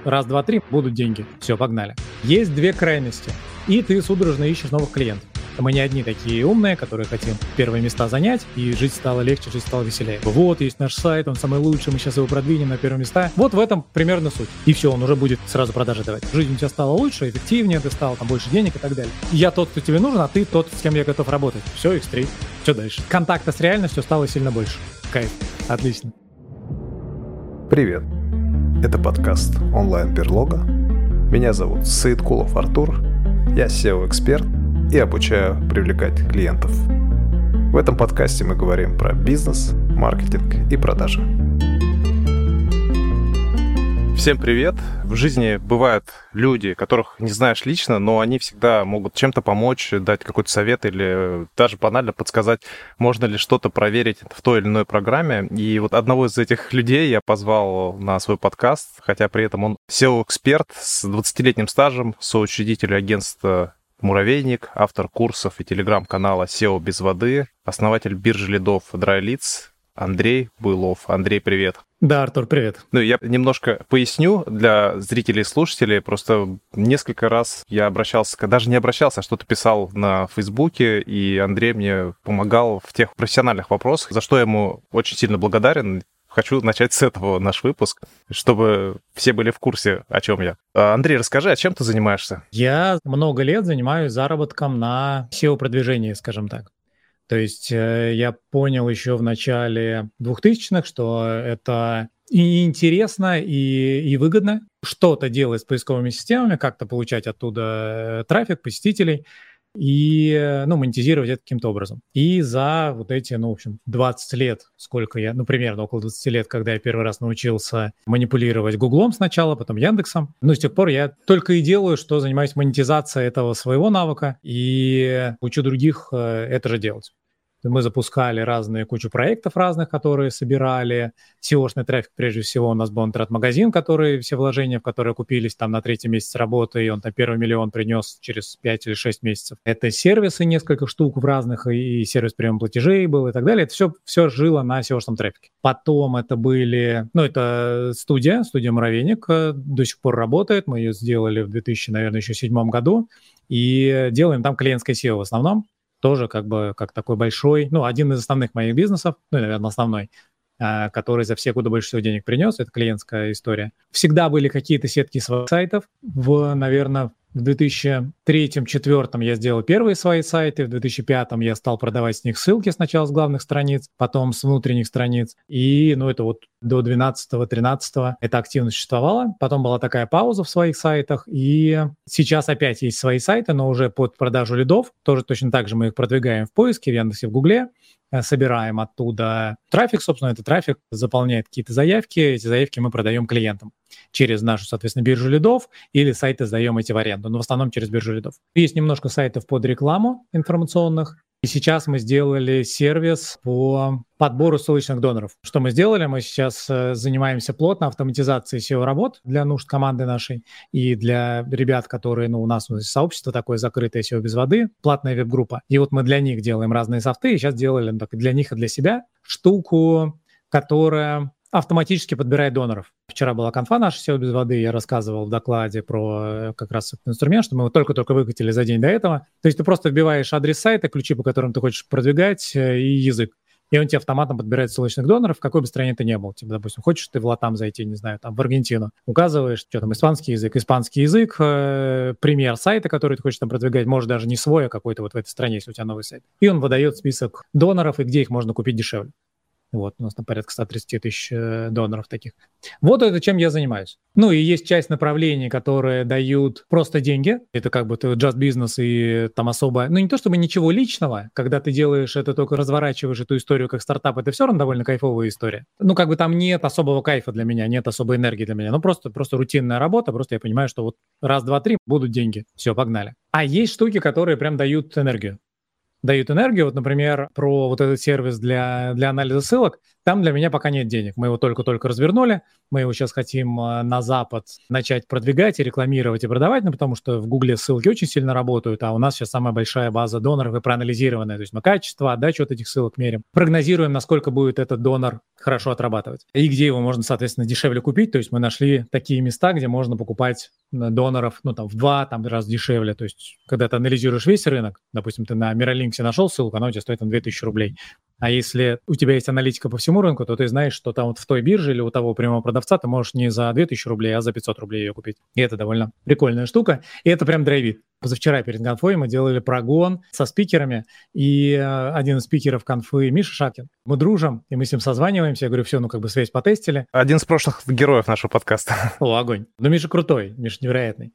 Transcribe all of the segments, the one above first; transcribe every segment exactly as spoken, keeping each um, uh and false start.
раз, два, три, будут деньги. Все, погнали. Есть две крайности. И ты судорожно ищешь новых клиентов. Мы не одни такие умные, которые хотим первые места занять, и жить стало легче, жить стало веселее. Вот, есть наш сайт, он самый лучший, мы сейчас его продвинем на первые места. Вот в этом примерно суть. И все, он уже будет сразу продажи давать. Жизнь у тебя стала лучше, эффективнее, ты стал, там больше денег и так далее. Я тот, кто тебе нужен, а ты тот, с кем я готов работать. Все, икс три. Что дальше? Контакта с реальностью стало сильно больше. Кайф. Отлично. Привет. Это подкаст онлайн-берлога. Меня зовут Саидкулов Артур. Я сео-эксперт и обучаю привлекать клиентов. В этом подкасте мы говорим про бизнес, маркетинг и продажи. Всем привет! В жизни бывают люди, которых не знаешь лично, но они всегда могут чем-то помочь, дать какой-то совет или даже банально подсказать, можно ли что-то проверить в той или иной программе. И вот одного из этих людей я позвал на свой подкаст, хотя при этом он сео-эксперт с двадцатилетним стажем, соучредитель агентства «Муравейник», автор курсов и телеграм-канала сео без воды, основатель биржи лидов DryLeads Андрей Буйлов. Андрей, привет. Да, Артур, привет. Ну, я немножко поясню для зрителей и слушателей. Просто несколько раз я обращался, даже не обращался, а что-то писал на Фейсбуке, и Андрей мне помогал в тех профессиональных вопросах, за что я ему очень сильно благодарен. Хочу начать с этого наш выпуск, чтобы все были в курсе, о чем я. Андрей, расскажи, а чем ты занимаешься? Я много лет занимаюсь заработком на сео-продвижении, скажем так. То есть я понял еще в начале двухтысячных, что это и интересно, и, и выгодно что-то делать с поисковыми системами, как-то получать оттуда трафик, посетителей, и, ну, монетизировать это каким-то образом. И за вот эти, ну, в общем, двадцать лет, сколько я, ну, примерно около двадцати лет, когда я первый раз научился манипулировать Гуглом сначала, потом Яндексом, ну, с тех пор я только и делаю, что занимаюсь монетизацией этого своего навыка и учу других это же делать. Мы запускали разные, кучу проектов разных, которые собирали сеошный трафик. Прежде всего у нас был интернет-магазин, который, все вложения в которые купились там на третий месяц работы, и он там первый миллион принес через пять или шесть месяцев. Это сервисы, несколько штук в разных, и сервис приема платежей был и так далее. Это все, все жило на сеошном трафике. Потом это были, ну, это студия, студия «Муравейник», до сих пор работает. Мы ее сделали в две тысячи, наверное, еще седьмом году, и делаем там клиентское сео в основном. Тоже как бы как такой большой, ну, один из основных моих бизнесов, ну, наверное, основной, который за все годы больше всего денег принес, это клиентская история. Всегда были какие-то сетки своих сайтов. В, наверное, в две тысячи третьем-две тысячи четвёртом я сделал первые свои сайты, в две тысячи пятом я стал продавать с них ссылки сначала с главных страниц, потом с внутренних страниц. И, ну, это вот до двенадцатого-тринадцатого эта активность существовала. Потом была такая пауза в своих сайтах, и сейчас опять есть свои сайты, но уже под продажу лидов. Тоже точно так же мы их продвигаем в поиске, в Яндексе, в Гугле. Собираем оттуда трафик, собственно, этот трафик заполняет какие-то заявки, эти заявки мы продаем клиентам через нашу, соответственно, биржу лидов или сайты сдаем эти в аренду, но в основном через биржу лидов. Есть немножко сайтов под рекламу информационных, и сейчас мы сделали сервис по подбору ссылочных доноров. Что мы сделали? Мы сейчас занимаемся плотно автоматизацией сео-работ для нужд команды нашей и для ребят, которые, ну, у нас сообщество такое закрытое сео без воды, платная веб-группа. И вот мы для них делаем разные софты, и сейчас делали, ну, так, для них и для себя штуку, которая автоматически подбирает доноров. Вчера была конфа наша сео без воды, я рассказывал в докладе про как раз этот инструмент, что мы его только-только выкатили за день до этого. То есть ты просто вбиваешь адрес сайта, ключи, по которым ты хочешь продвигать, и язык. И он тебе автоматом подбирает ссылочных доноров, в какой бы стране ты ни был. Типа, допустим, хочешь ты в Латам зайти, не знаю, там в Аргентину. Указываешь, что там, испанский язык, испанский язык, э, пример сайта, который ты хочешь там продвигать, может даже не свой, а какой-то вот в этой стране, если у тебя новый сайт. И он выдает список доноров и где их можно купить дешевле. Вот, у нас там порядка сто тридцать тысяч доноров таких. Вот это чем я занимаюсь. Ну и есть часть направлений, которые дают просто деньги. Это как бы just business и там особо... Ну не то чтобы ничего личного, когда ты делаешь это, только разворачиваешь эту историю как стартап, это все равно довольно кайфовая история. Ну как бы там нет особого кайфа для меня, нет особой энергии для меня. Ну просто, просто рутинная работа, просто я понимаю, что вот раз, два, три, будут деньги. Все, погнали. А есть штуки, которые прям дают энергию. дают энергию. Вот, например, про вот этот сервис для, для анализа ссылок. Там для меня пока нет денег. Мы его только-только развернули. Мы его сейчас хотим на Запад начать продвигать и рекламировать и продавать, ну, потому что в Гугле ссылки очень сильно работают, а у нас сейчас самая большая база доноров и проанализированная. То есть мы качество, отдачу от этих ссылок меряем. Прогнозируем, насколько будет этот донор хорошо отрабатывать. И где его можно, соответственно, дешевле купить. То есть мы нашли такие места, где можно покупать доноров, ну, там, в два там, раз дешевле. То есть когда ты анализируешь весь рынок, допустим, ты на Миралинксе нашел ссылку, она у тебя стоит там две тысячи рублей. А если у тебя есть аналитика по всему рынку, то ты знаешь, что там вот в той бирже или у того прямого продавца ты можешь не за две тысячи рублей, а за пятьсот рублей ее купить. И это довольно прикольная штука. И это прям драйвит. Позавчера перед конфой мы делали прогон со спикерами, и один из спикеров конфы Миша Шапкин. Мы дружим, и мы с ним созваниваемся. Я говорю, все, ну как бы связь потестили. Один из прошлых героев нашего подкаста. О, огонь. Ну Миша крутой, Миша невероятный.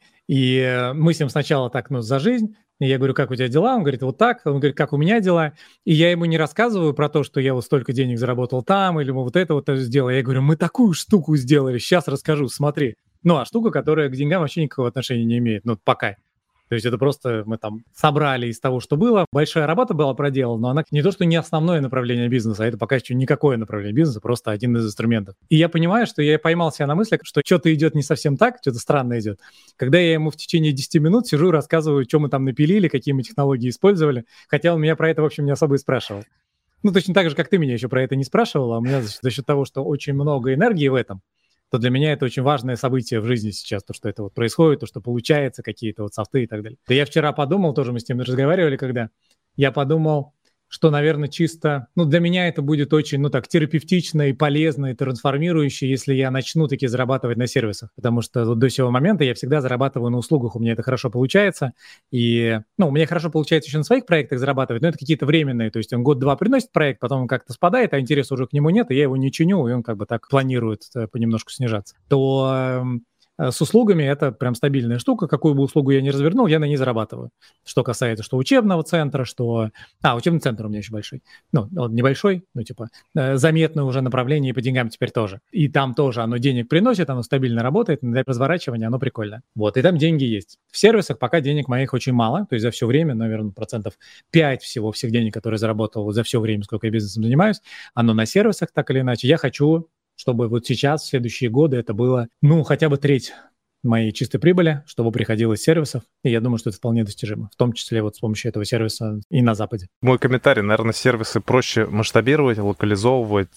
И мы с ним сначала так, ну, за жизнь. И я говорю, как у тебя дела? Он говорит, вот так. Он говорит, как у меня дела? И я ему не рассказываю про то, что я вот столько денег заработал там, или мы вот это вот сделали. Я говорю, мы такую штуку сделали, сейчас расскажу, смотри. Ну, а штука, которая к деньгам вообще никакого отношения не имеет, ну, пока. То есть это просто мы там собрали из того, что было. Большая работа была проделана, но она не то, что не основное направление бизнеса, а это пока еще никакое направление бизнеса, просто один из инструментов. И я понимаю, что я поймал себя на мысли, что что-то идет не совсем так, что-то странно идет. Когда я ему в течение десяти минут сижу и рассказываю, что мы там напилили, какие мы технологии использовали, хотя он меня про это, в общем, не особо и спрашивал. Ну, точно так же, как ты меня еще про это не спрашивал, а у меня за счет того, что очень много энергии в этом, то для меня это очень важное событие в жизни сейчас, то, что это вот происходит, то, что получается, какие-то вот софты и так далее. Да я вчера подумал, тоже мы с ним разговаривали, когда я подумал, что, наверное, чисто, ну, для меня это будет очень, ну, так, терапевтично и полезно, и трансформирующе, если я начну таки зарабатывать на сервисах, потому что вот до сего момента я всегда зарабатываю на услугах, у меня это хорошо получается, и, ну, у меня хорошо получается еще на своих проектах зарабатывать, но это какие-то временные, то есть он год-два приносит проект, потом он как-то спадает, а интереса уже к нему нет, и я его не чиню, и он как бы так планирует понемножку снижаться, то... С услугами это прям стабильная штука. Какую бы услугу я ни развернул, я на ней зарабатываю. Что касается что учебного центра, что... А, учебный центр у меня еще большой. Ну, он небольшой, ну, типа, заметное уже направление и по деньгам теперь тоже. И там тоже оно денег приносит, оно стабильно работает, для разворачивания оно прикольно. Вот, и там деньги есть. В сервисах пока денег моих очень мало, то есть за все время, наверное, процентов пять всего всех денег, которые я заработал за все время, сколько я бизнесом занимаюсь, оно на сервисах так или иначе. Я хочу... чтобы вот сейчас, в следующие годы, это было, ну, хотя бы треть моей чистой прибыли, чтобы приходило из сервисов. И я думаю, что это вполне достижимо, в том числе вот с помощью этого сервиса и на Западе. Мой комментарий, наверное, сервисы проще масштабировать, локализовывать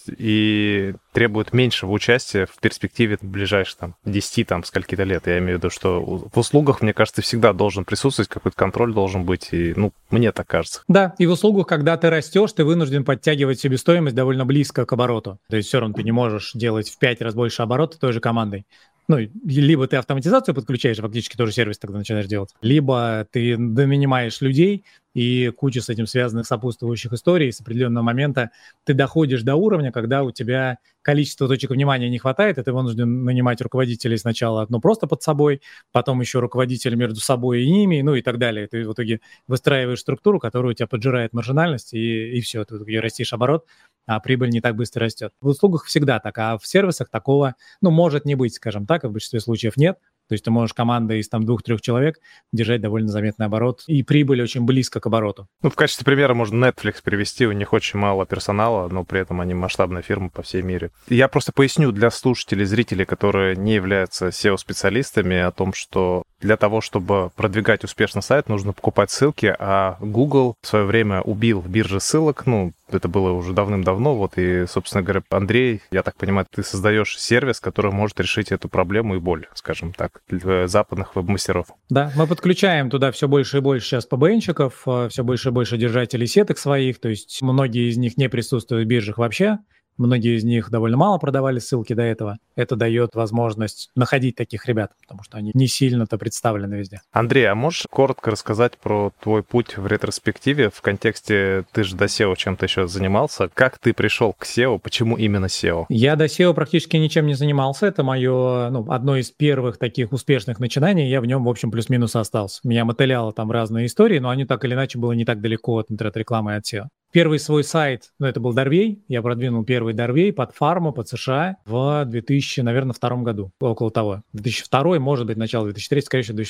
и требуют меньшего участия в перспективе ближайших там десяти там скольки-то лет. Я имею в виду, что в услугах, мне кажется, всегда должен присутствовать, какой-то контроль должен быть, и, ну, мне так кажется. Да, и в услугах, когда ты растешь, ты вынужден подтягивать себестоимость довольно близко к обороту. То есть все равно ты не можешь делать в пять раз больше оборота той же командой. Ну, либо ты автоматизацию подключаешь, фактически тоже сервис тогда начинаешь делать, либо ты донанимаешь людей, и куча с этим связанных сопутствующих историй. С определенного момента ты доходишь до уровня, когда у тебя количество точек внимания не хватает, и ты вынужден нанимать руководителей сначала, ну, просто под собой, потом еще руководители между собой и ними, ну, и так далее. Ты в итоге выстраиваешь структуру, которая у тебя поджирает маржинальность, и, и все, ты в итоге растишь оборот, а прибыль не так быстро растет. В услугах всегда так, а в сервисах такого, ну, может не быть, скажем так, и в большинстве случаев нет. То есть ты можешь командой из там двух-трех человек держать довольно заметный оборот, и прибыль очень близко к обороту. Ну, в качестве примера можно Netflix привести, у них очень мало персонала, но при этом они масштабная фирма по всей мире. Я просто поясню для слушателей, зрителей, которые не являются сео специалистами, о том, что для того, чтобы продвигать успешно сайт, нужно покупать ссылки, а Google в свое время убил биржи ссылок, ну, это было уже давным-давно, вот, и, собственно говоря, Андрей, я так понимаю, ты создаешь сервис, который может решить эту проблему и боль, скажем так, для западных веб-мастеров. Да, мы подключаем туда все больше и больше сейчас пэ бэ энщиков, все больше и больше держателей сеток своих, то есть многие из них не присутствуют в биржах вообще, многие из них довольно мало продавали ссылки до этого. Это дает возможность находить таких ребят, потому что они не сильно-то представлены везде. Андрей, а можешь коротко рассказать про твой путь в ретроспективе в контексте, ты же до сео чем-то еще занимался, как ты пришел к сео, почему именно сео? Я до сео практически ничем не занимался, это мое, ну, одно из первых таких успешных начинаний, я в нем, в общем, плюс-минус остался. Меня мотыляло там разные истории, но они так или иначе были не так далеко от интернет-рекламы и от сео. Первый свой сайт, ну, это был Дорвей, я продвинул первый Дорвей под фарму, под США в две тысячи, наверное, втором году, около того. две тысячи второй, может быть, начало две тысячи третьего, скорее всего, две тысячи второй.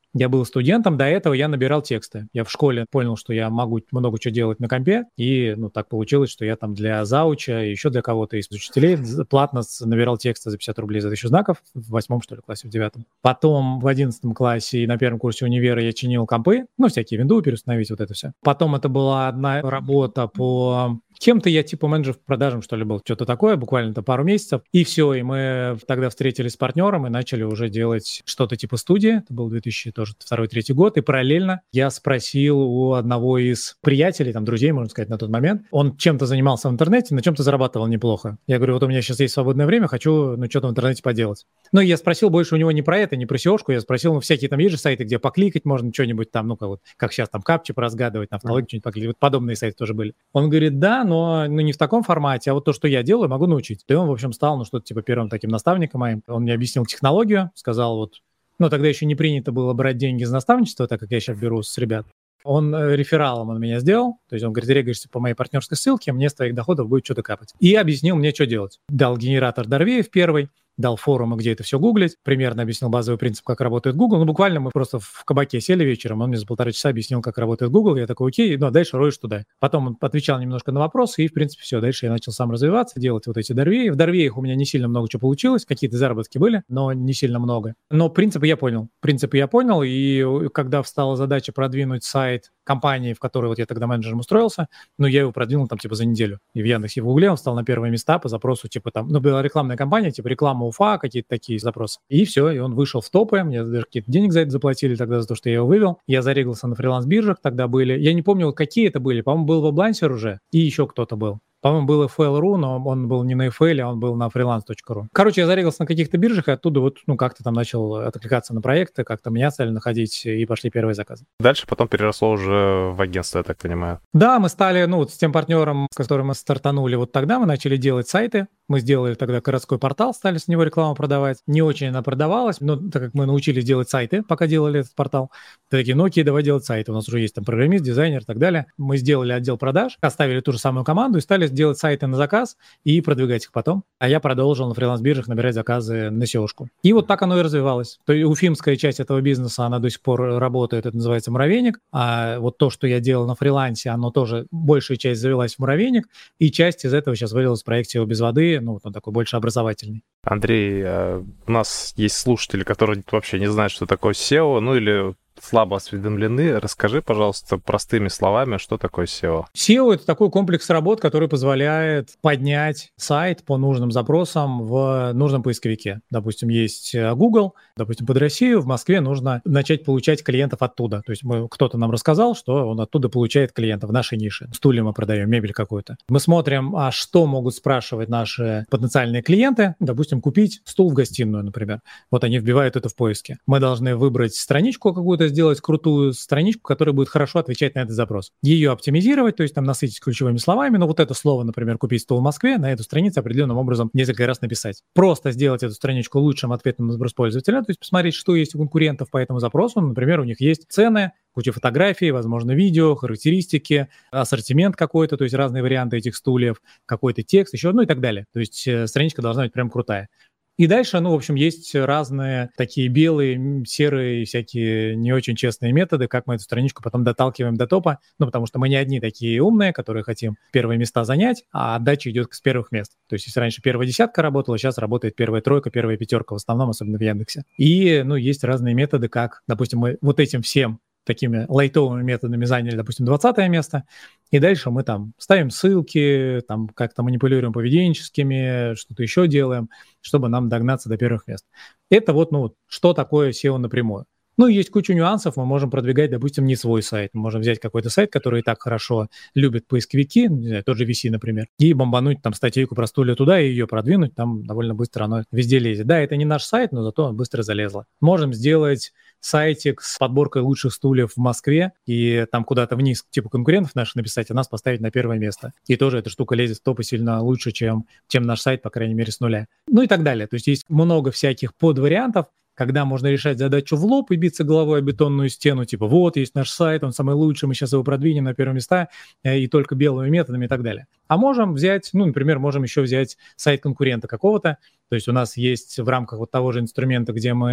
Я был студентом, до этого я набирал тексты. Я в школе понял, что я могу много чего делать на компе, и ну, так получилось, что я там для зауча и еще для кого-то из учителей платно набирал тексты за пятьдесят рублей за тысячу знаков в восьмом, что ли, классе, в девятом. Потом в одиннадцатом классе и на первом курсе универа я чинил компы, ну, всякие винду переустановить, вот это все. Потом это была одна работа по... Кем-то я типа менеджер по продажам, что ли, был. Что-то такое, буквально-то пару месяцев. И все, и мы тогда встретились с партнером и начали уже делать что-то типа студии. Это был две тысячи второй-третий год. И параллельно я спросил у одного из приятелей, там, друзей, можно сказать, на тот момент. Он чем-то занимался в интернете, на чем-то зарабатывал неплохо. Я говорю, вот у меня сейчас есть свободное время, хочу, ну, что-то в интернете поделать. Ну, я спросил больше у него не про это, не про сеошку. Я спросил, ну, всякие там есть же сайты, где покликать можно, что-нибудь там, ну, как, вот, как сейчас там капчи поразгадывать, на автологию что-нибудь покликать. Вот подобные сайты тоже были. Он говорит, да, но ну, не в таком формате, а вот то, что я делаю, могу научить. И он, в общем, стал, ну, что-то типа первым таким наставником моим. Он мне объяснил технологию, сказал вот, ну, тогда еще не принято было брать деньги за наставничество, так как я сейчас беру с ребят. Он э, рефералом он меня сделал, то есть он говорит, регаешься по моей партнерской ссылке, мне с твоих доходов будет что-то капать. И объяснил мне, что делать. Дал генератор Дорвеев первый, дал форумы, где это все гуглить, примерно объяснил базовый принцип, как работает Google. Ну, буквально мы просто в кабаке сели вечером, он мне за полтора часа объяснил, как работает Google, я такой, окей, ну, а дальше роешь туда. Потом он отвечал немножко на вопросы, и, в принципе, все, дальше я начал сам развиваться, делать вот эти Дорвеи. В Дорвеях у меня не сильно много чего получилось, какие-то заработки были, но не сильно много. Но принципы я понял, принципы я понял, и когда встала задача продвинуть сайт компании, в которой вот я тогда менеджером устроился, ну, я его продвинул там, типа, за неделю. И в Яндексе, и в Гугле он встал на первые места по запросу, типа, там, ну, была рекламная кампания, типа, реклама Уфа, какие-то такие запросы. И все, и он вышел в топы, мне даже какие-то денег за это заплатили тогда, за то, что я его вывел. Я зарегался на фриланс-биржах, тогда были, я не помню, какие это были, по-моему, был Weblancer уже, и еще кто-то был. По-моему, был эф эл точка ру, но он был не на эф эл, а он был на фриланс точка ру. Короче, я зарегался на каких-то биржах, и оттуда вот, ну, как-то там начал откликаться на проекты, как-то меня стали находить, и пошли первые заказы. Дальше потом переросло уже в агентство, я так понимаю. Да, мы стали, ну, вот с тем партнером, с которым мы стартанули, вот тогда мы начали делать сайты. Мы сделали тогда городской портал, стали с него рекламу продавать. Не очень она продавалась, но так как мы научились делать сайты, пока делали этот портал, такие, ну окей, давай делать сайты. У нас уже есть там программист, дизайнер и так далее. Мы сделали отдел продаж, оставили ту же самую команду и стали делать сайты на заказ и продвигать их потом. А я продолжил на фриланс-биржах набирать заказы на сеошку. И вот так оно и развивалось. То есть уфимская часть этого бизнеса, она до сих пор работает, это называется «Муравейник». А вот то, что я делал на фрилансе, оно тоже, большая часть завелась в «Муравейник», и часть из этого сейчас вылилась в проект «сео без воды», ну, вот он такой больше образовательный. Андрей, у нас есть слушатели, которые вообще не знают, что такое сео, ну или слабо осведомлены. Расскажи, пожалуйста, простыми словами, что такое сео. сео — это такой комплекс работ, который позволяет поднять сайт по нужным запросам в нужном поисковике. Допустим, есть Google, допустим, под Россию, в Москве нужно начать получать клиентов оттуда. То есть мы, кто-то нам рассказал, что он оттуда получает клиентов в нашей нише. Стулья мы продаем, мебель какую-то. Мы смотрим, а что могут спрашивать наши потенциальные клиенты. Допустим, купить стул в гостиную, например. Вот они вбивают это в поиске. Мы должны выбрать страничку какую-то, сделать крутую страничку, которая будет хорошо отвечать на этот запрос. Ее оптимизировать, то есть там насытить ключевыми словами, но вот это слово, например, «купить стол в Москве», на эту страницу определенным образом несколько раз написать. Просто сделать эту страничку лучшим ответом на запрос пользователя, то есть посмотреть, что есть у конкурентов по этому запросу. Например, у них есть цены, куча фотографий, возможно, видео, характеристики, ассортимент какой-то, то есть разные варианты этих стульев, какой-то текст, еще, ну и так далее. То есть страничка должна быть прям крутая. И дальше, ну, в общем, есть разные такие белые, серые, всякие не очень честные методы, как мы эту страничку потом доталкиваем до топа, ну, потому что мы не одни такие умные, которые хотим первые места занять, а отдача идет с первых мест. То есть если раньше первая десятка работала, сейчас работает первая тройка, первая пятерка, в основном, особенно в Яндексе. И, ну, есть разные методы, как, допустим, мы вот этим всем такими лайтовыми методами заняли, допустим, двадцатое место, и дальше мы там ставим ссылки, там как-то манипулируем поведенческими, что-то еще делаем, чтобы нам догнаться до первых мест. Это вот, ну, что такое сео напрямую. Ну, есть куча нюансов, мы можем продвигать, допустим, не свой сайт. Мы можем взять какой-то сайт, который и так хорошо любят поисковики, не знаю, тот же ви си, например, и бомбануть там статейку про стулья туда и ее продвинуть, там довольно быстро оно везде лезет. Да, это не наш сайт, но зато он быстро залезло. Можем сделать сайтик с подборкой лучших стульев в Москве и там куда-то вниз, типа конкурентов наших написать, а нас поставить на первое место. И тоже эта штука лезет в топы сильно лучше, чем, чем наш сайт, по крайней мере, с нуля. Ну и так далее. То есть есть много всяких подвариантов, когда можно решать задачу в лоб и биться головой о бетонную стену, типа вот, есть наш сайт, он самый лучший, мы сейчас его продвинем на первые места, и только белыми методами и так далее. А можем взять, ну, например, можем еще взять сайт конкурента какого-то, то есть у нас есть в рамках вот того же инструмента, где мы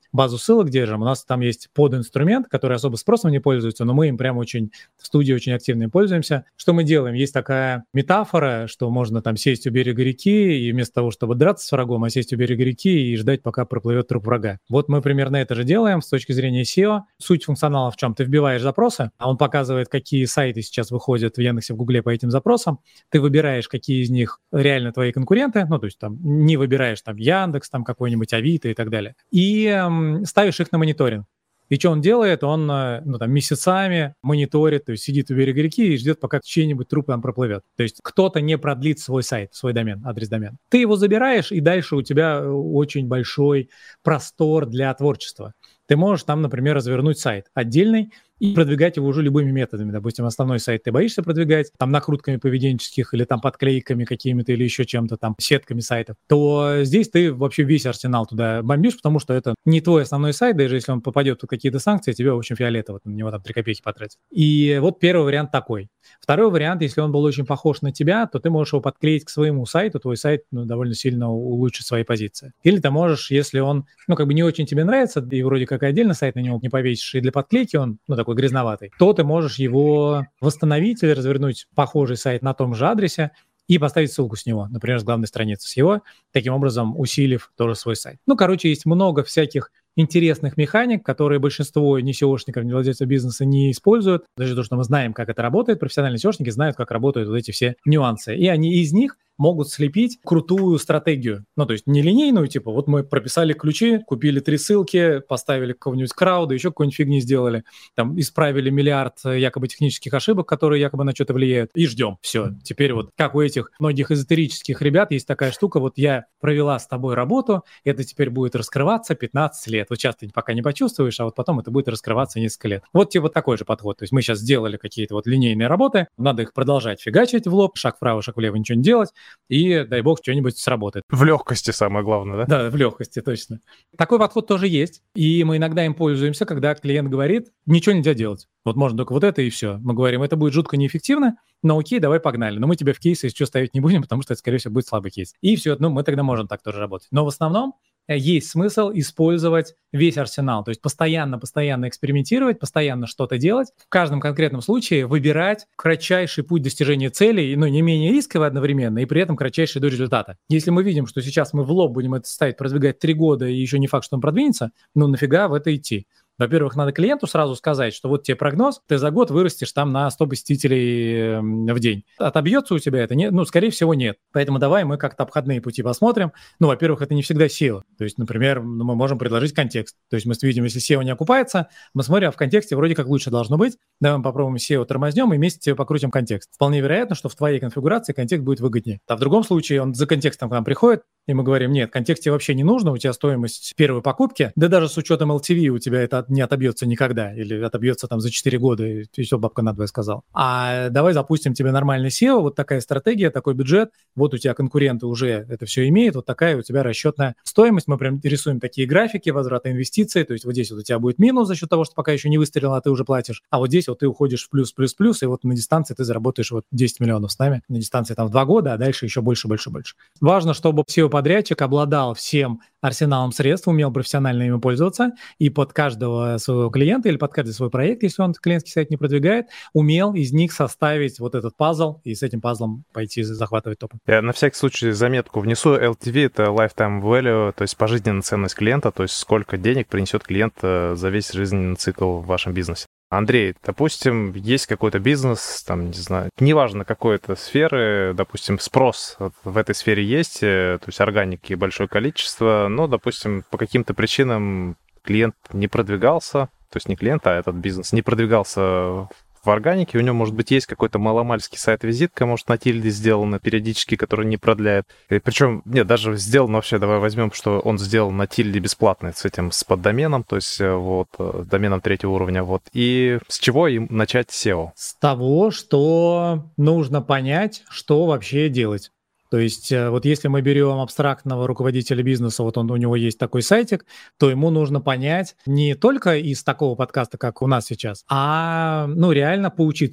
базу ссылок держим, у нас там есть подинструмент, который особо спросом не пользуется, но мы им прям очень в студии очень активно им пользуемся. Что мы делаем? Есть такая метафора, что можно там сесть у берега реки и вместо того, чтобы драться с врагом, а сесть у берега реки и ждать, пока проплывет труп врага. Вот мы примерно это же делаем с точки зрения сео. Суть функционала в чем? Ты вбиваешь запросы, а он показывает, какие сайты сейчас выходят в Яндексе, в Гугле по этим запросам. Ты выбираешь, какие из них реально твои конкуренты, ну, то есть там не выбираешь там Яндекс, там какой-нибудь Авито и так далее, и эм, ставишь их на мониторинг. И что он делает? Он ну, там, месяцами мониторит, то есть сидит у берега реки и ждет, пока чей-нибудь труп там проплывет. То есть кто-то не продлит свой сайт, свой домен, адрес домена. Ты его забираешь, и дальше у тебя очень большой простор для творчества. Ты можешь там, например, развернуть сайт отдельный и продвигать его уже любыми методами. Допустим, основной сайт ты боишься продвигать, там накрутками поведенческих или там подклейками какими-то или еще чем-то, там сетками сайтов, то здесь ты вообще весь арсенал туда бомбишь, потому что это не твой основной сайт, даже если он попадет под какие-то санкции, тебе, в общем, фиолетово, на него там три копейки потратить. И вот первый вариант такой. Второй вариант, если он был очень похож на тебя, то ты можешь его подклеить к своему сайту, твой сайт ну, довольно сильно улучшит свои позиции. Или ты можешь, если он, ну, как бы не очень тебе нравится, и вроде как отдельно сайт на него не повесишь, и для подклейки он, ну, такой грязноватый, то ты можешь его восстановить или развернуть похожий сайт на том же адресе и поставить ссылку с него, например, с главной страницы с его, таким образом усилив тоже свой сайт. Ну, короче, есть много всяких интересных механик, которые большинство ни сеошников, ни владельцев бизнеса не используют. Даже то, что мы знаем, как это работает, профессиональные сеошники знают, как работают вот эти все нюансы. И они из них могут слепить крутую стратегию. Ну, то есть не линейную, типа, вот мы прописали ключи, купили три ссылки, поставили какого-нибудь крауда, еще какой-нибудь фигни сделали, там, исправили миллиард якобы технических ошибок, которые якобы на что-то влияют, и ждем. Все. Теперь вот как у этих многих эзотерических ребят есть такая штука, вот я провела с тобой работу, это теперь будет раскрываться пятнадцать лет. Вот сейчас ты пока не почувствуешь, а вот потом это будет раскрываться несколько лет. Вот типа такой же подход. То есть мы сейчас сделали какие-то вот линейные работы, надо их продолжать фигачить в лоб, шаг вправо, шаг влево, ничего не делать, и, дай бог, что-нибудь сработает. В легкости самое главное, да? Да, в легкости, точно. Такой подход тоже есть, и мы иногда им пользуемся, когда клиент говорит, ничего нельзя делать. Вот можно только вот это и все. Мы говорим, это будет жутко неэффективно, но окей, давай погнали. Но мы тебя в кейс, если что, ставить не будем, потому что это, скорее всего, будет слабый кейс. И все, ну, мы тогда можем так тоже работать. Но в основном есть смысл использовать весь арсенал, то есть постоянно-постоянно экспериментировать, постоянно что-то делать, в каждом конкретном случае выбирать кратчайший путь достижения целей, но не менее рисковый одновременно, и при этом кратчайший до результата. Если мы видим, что сейчас мы в лоб будем это ставить, продвигать три года, и еще не факт, что он продвинется, ну нафига в это идти? Во-первых, надо клиенту сразу сказать, что вот тебе прогноз, ты за год вырастешь там на сто посетителей в день. Отобьется у тебя это? Нет? Ну, скорее всего, нет. Поэтому давай мы как-то обходные пути посмотрим. Ну, во-первых, это не всегда сео. То есть, например, мы можем предложить контекст. То есть мы видим, если сео не окупается, мы смотрим, а в контексте вроде как лучше должно быть. Давай мы попробуем сео тормознем и вместе покрутим контекст. Вполне вероятно, что в твоей конфигурации контекст будет выгоднее. А в другом случае он за контекстом к нам приходит, и мы говорим, нет, контекст тебе вообще не нужно, у тебя стоимость первой покупки, да даже с учетом эл ти ви у тебя это не отобьется никогда, или отобьется там за четыре года, и еще бабка надвое сказал. А давай запустим тебе нормальный сео, вот такая стратегия, такой бюджет, вот у тебя конкуренты уже это все имеют, вот такая у тебя расчетная стоимость, мы прям рисуем такие графики возврата инвестиций, то есть вот здесь вот у тебя будет минус за счет того, что пока еще не выстрелил, а ты уже платишь, а вот здесь вот ты уходишь в плюс-плюс-плюс, и вот на дистанции ты заработаешь вот десять миллионов с нами, на дистанции там в два года, а дальше еще больше-больше-больше. Важно, чтобы сео-подрядчик обладал всем арсеналом средств, умел профессионально ими пользоваться, и под каждого своего клиента или под каждый свой проект, если он клиентский сайт не продвигает, умел из них составить вот этот пазл и с этим пазлом пойти захватывать топы. Я на всякий случай заметку внесу. эл ти ви — это lifetime value, то есть пожизненная ценность клиента, то есть сколько денег принесет клиент за весь жизненный цикл в вашем бизнесе. Андрей, допустим, есть какой-то бизнес, там, не знаю, неважно какой-то сферы, допустим, спрос в этой сфере есть, то есть органики большое количество, но, допустим, по каким-то причинам клиент не продвигался, то есть не клиент, а этот бизнес не продвигался в органике, у него, может быть, есть какой-то маломальский сайт-визитка, может, на тильде сделана периодически, который не продляет. И причем, нет, даже сделано вообще, давай возьмем, что он сделал на тильде бесплатно с этим, с поддоменом, то есть вот, доменом третьего уровня, вот. И с чего им начать сео? С того, что нужно понять, что вообще делать. То есть вот если мы берем абстрактного руководителя бизнеса, вот он, у него есть такой сайтик, то ему нужно понять не только из такого подкаста, как у нас сейчас, а ну, реально поучиться.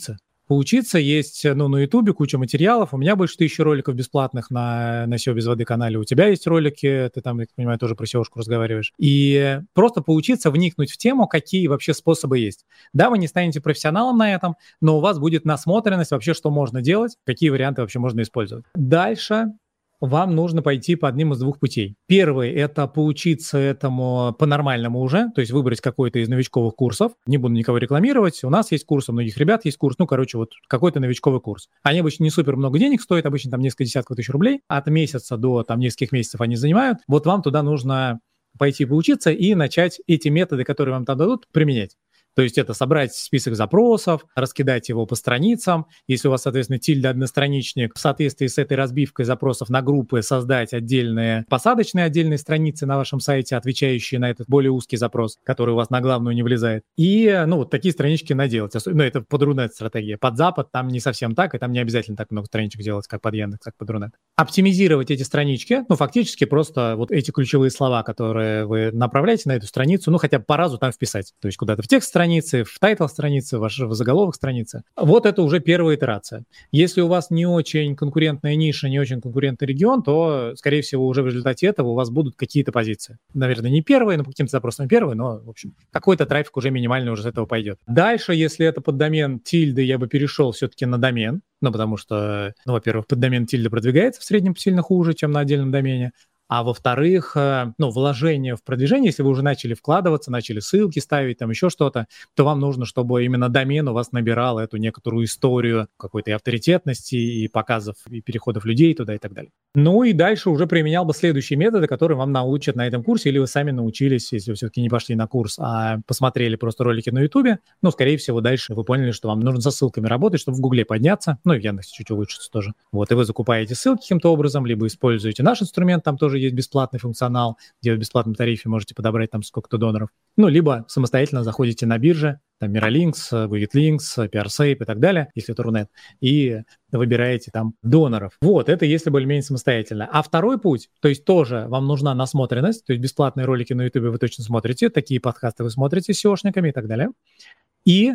поучиться. Есть, ну, на Ютубе куча материалов. У меня больше тысячи роликов бесплатных на, на сео без воды канале. У тебя есть ролики, ты там, я понимаю, тоже про сеошку разговариваешь. И просто поучиться, вникнуть в тему, какие вообще способы есть. Да, вы не станете профессионалом на этом, но у вас будет насмотренность вообще, что можно делать, какие варианты вообще можно использовать. Дальше вам нужно пойти по одним из двух путей. Первый – это поучиться этому по-нормальному уже, то есть выбрать какой-то из новичковых курсов. Не буду никого рекламировать, у нас есть курс, у многих ребят есть курс, ну, короче, вот какой-то новичковый курс. Они обычно не супер много денег стоят, обычно там несколько десятков тысяч рублей, от месяца до там нескольких месяцев они занимают. Вот вам туда нужно пойти поучиться и начать эти методы, которые вам там дадут, применять. То есть это собрать список запросов, раскидать его по страницам. Если у вас, соответственно, тильда-одностраничник, в соответствии с этой разбивкой запросов на группы создать отдельные посадочные отдельные страницы на вашем сайте, отвечающие на этот более узкий запрос, который у вас на главную не влезает. И, ну, вот такие странички наделать. Ну, это под Рунет стратегия. Под Запад там не совсем так, и там не обязательно так много страничек делать, как под Яндекс, как под Рунет. Оптимизировать эти странички, ну, фактически просто вот эти ключевые слова, которые вы направляете на эту страницу, ну, хотя бы по разу там вписать. То есть куда-то в текст страницы, в тайтл страницы, в заголовок страницы. Вот это уже первая итерация. Если у вас не очень конкурентная ниша, не очень конкурентный регион, то, скорее всего, уже в результате этого у вас будут какие-то позиции. Наверное, не первые, но по каким-то запросам первые, но, в общем, какой-то трафик уже минимальный уже с этого пойдет. Дальше, если это под домен тильды, я бы перешел все-таки на домен, ну, потому что, ну, во-первых, под домен тильда продвигается в среднем сильно хуже, чем на отдельном домене. А во-вторых, ну, вложение в продвижение, если вы уже начали вкладываться, начали ссылки ставить, там еще что-то, то вам нужно, чтобы именно домен у вас набирал эту некоторую историю какой-то и авторитетности, и показов, и переходов людей туда и так далее. Ну и дальше уже применял бы следующие методы, которые вам научат на этом курсе, или вы сами научились, если вы все-таки не пошли на курс, а посмотрели просто ролики на Ютубе. Ну, скорее всего, дальше вы поняли, что вам нужно со ссылками работать, чтобы в Гугле подняться, ну и в Яндексе чуть улучшиться тоже. Вот, и вы закупаете ссылки каким-то образом, либо используете наш инструмент, там тоже есть бесплатный функционал, где в бесплатном тарифе можете подобрать там сколько-то доноров. Ну, либо самостоятельно заходите на бирже, там Miralinks, GoGetLinks, пи ар Safe и так далее, если это Рунет, и выбираете там доноров. Вот, это если более-менее самостоятельно. А второй путь, то есть тоже вам нужна насмотренность, то есть бесплатные ролики на Ютубе вы точно смотрите, такие подкасты вы смотрите с сеошниками и так далее. И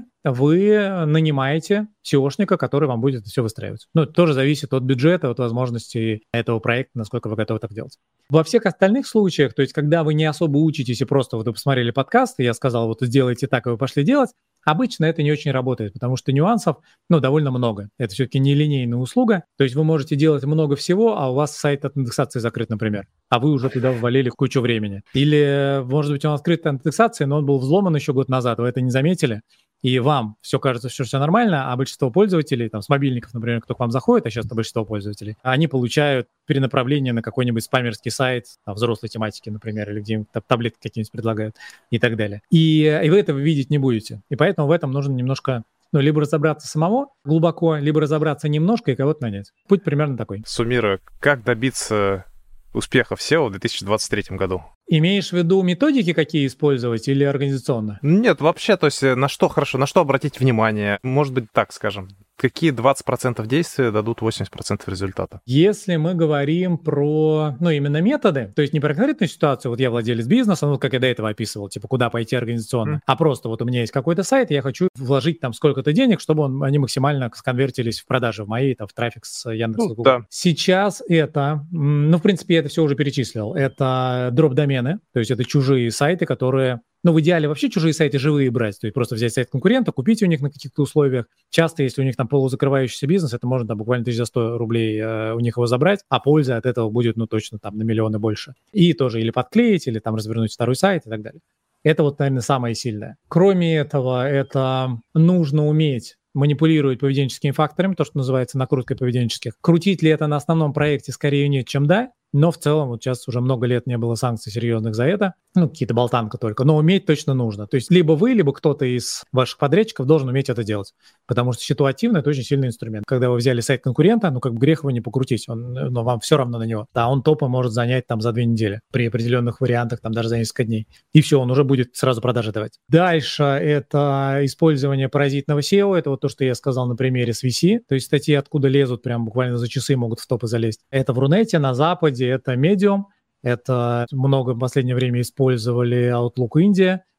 вы нанимаете сеошника, который вам будет это все выстраивать. Ну, это тоже зависит от бюджета, от возможностей этого проекта, насколько вы готовы так делать. Во всех остальных случаях, то есть когда вы не особо учитесь и просто вот вы посмотрели подкаст, и я сказал, вот сделайте так, и вы пошли делать, обычно это не очень работает, потому что нюансов, ну, довольно много. Это все-таки нелинейная услуга, то есть вы можете делать много всего, а у вас сайт от индексации закрыт, например, а вы уже туда ввалили кучу времени. Или, может быть, он открыт от индексации, но он был взломан еще год назад, вы это не заметили, и вам все кажется, что все нормально, а большинство пользователей, там, с мобильников, например, кто к вам заходит, а сейчас это большинство пользователей, они получают перенаправление на какой-нибудь спамерский сайт, там, взрослой тематики, например, или где-нибудь таблетки какие-нибудь предлагают и так далее. И, и вы этого видеть не будете. И поэтому в этом нужно немножко, ну, либо разобраться самому глубоко, либо разобраться немножко и кого-то нанять. Путь примерно такой. Суммируя, как добиться успеха в сео в две тысячи двадцать третьем году? Имеешь в виду методики какие использовать или организационно? Нет, вообще, то есть на что хорошо, на что обратить внимание? Может быть, так скажем, какие двадцать процентов действия дадут восемьдесят процентов результата? Если мы говорим про, ну, именно методы, то есть не про конкретную ситуацию, вот я владелец бизнеса, ну, как я до этого описывал, типа, куда пойти организационно, mm. а просто вот у меня есть какой-то сайт, и я хочу вложить там сколько-то денег, чтобы он, они максимально сконвертились в продажи в мои, там, в трафик с Яндекса. Ну, да. Сейчас это, ну, в принципе, я это все уже перечислил, это дроп-домены, то есть это чужие сайты, которые... Ну, в идеале вообще чужие сайты живые брать, то есть просто взять сайт конкурента, купить у них на каких-то условиях. Часто, если у них там полузакрывающийся бизнес, это можно там буквально тысяча сто рублей э, у них его забрать, а польза от этого будет, ну, точно там на миллионы больше. И тоже или подклеить, или там развернуть второй сайт и так далее. Это вот, наверное, самое сильное. Кроме этого, это нужно уметь манипулировать поведенческими факторами, то, что называется накруткой поведенческих. Крутить ли это на основном проекте, скорее нет, чем да. Но в целом вот сейчас уже много лет не было санкций серьезных за это. Ну, какие-то болтанка только. Но уметь точно нужно. То есть либо вы, либо кто-то из ваших подрядчиков должен уметь это делать. Потому что ситуативно это очень сильный инструмент. Когда вы взяли сайт конкурента, ну, как бы грех его не покрутить, он, но вам все равно на него. Да, он топы может занять там за две недели. При определенных вариантах, там даже за несколько дней. И все, он уже будет сразу продажи давать. Дальше это использование паразитного сео. Это вот то, что я сказал на примере с ви си. То есть статьи откуда лезут, прям буквально за часы могут в топы залезть. Это в Рунете, на Западе, это Medium. Это много в последнее время использовали Outlook India.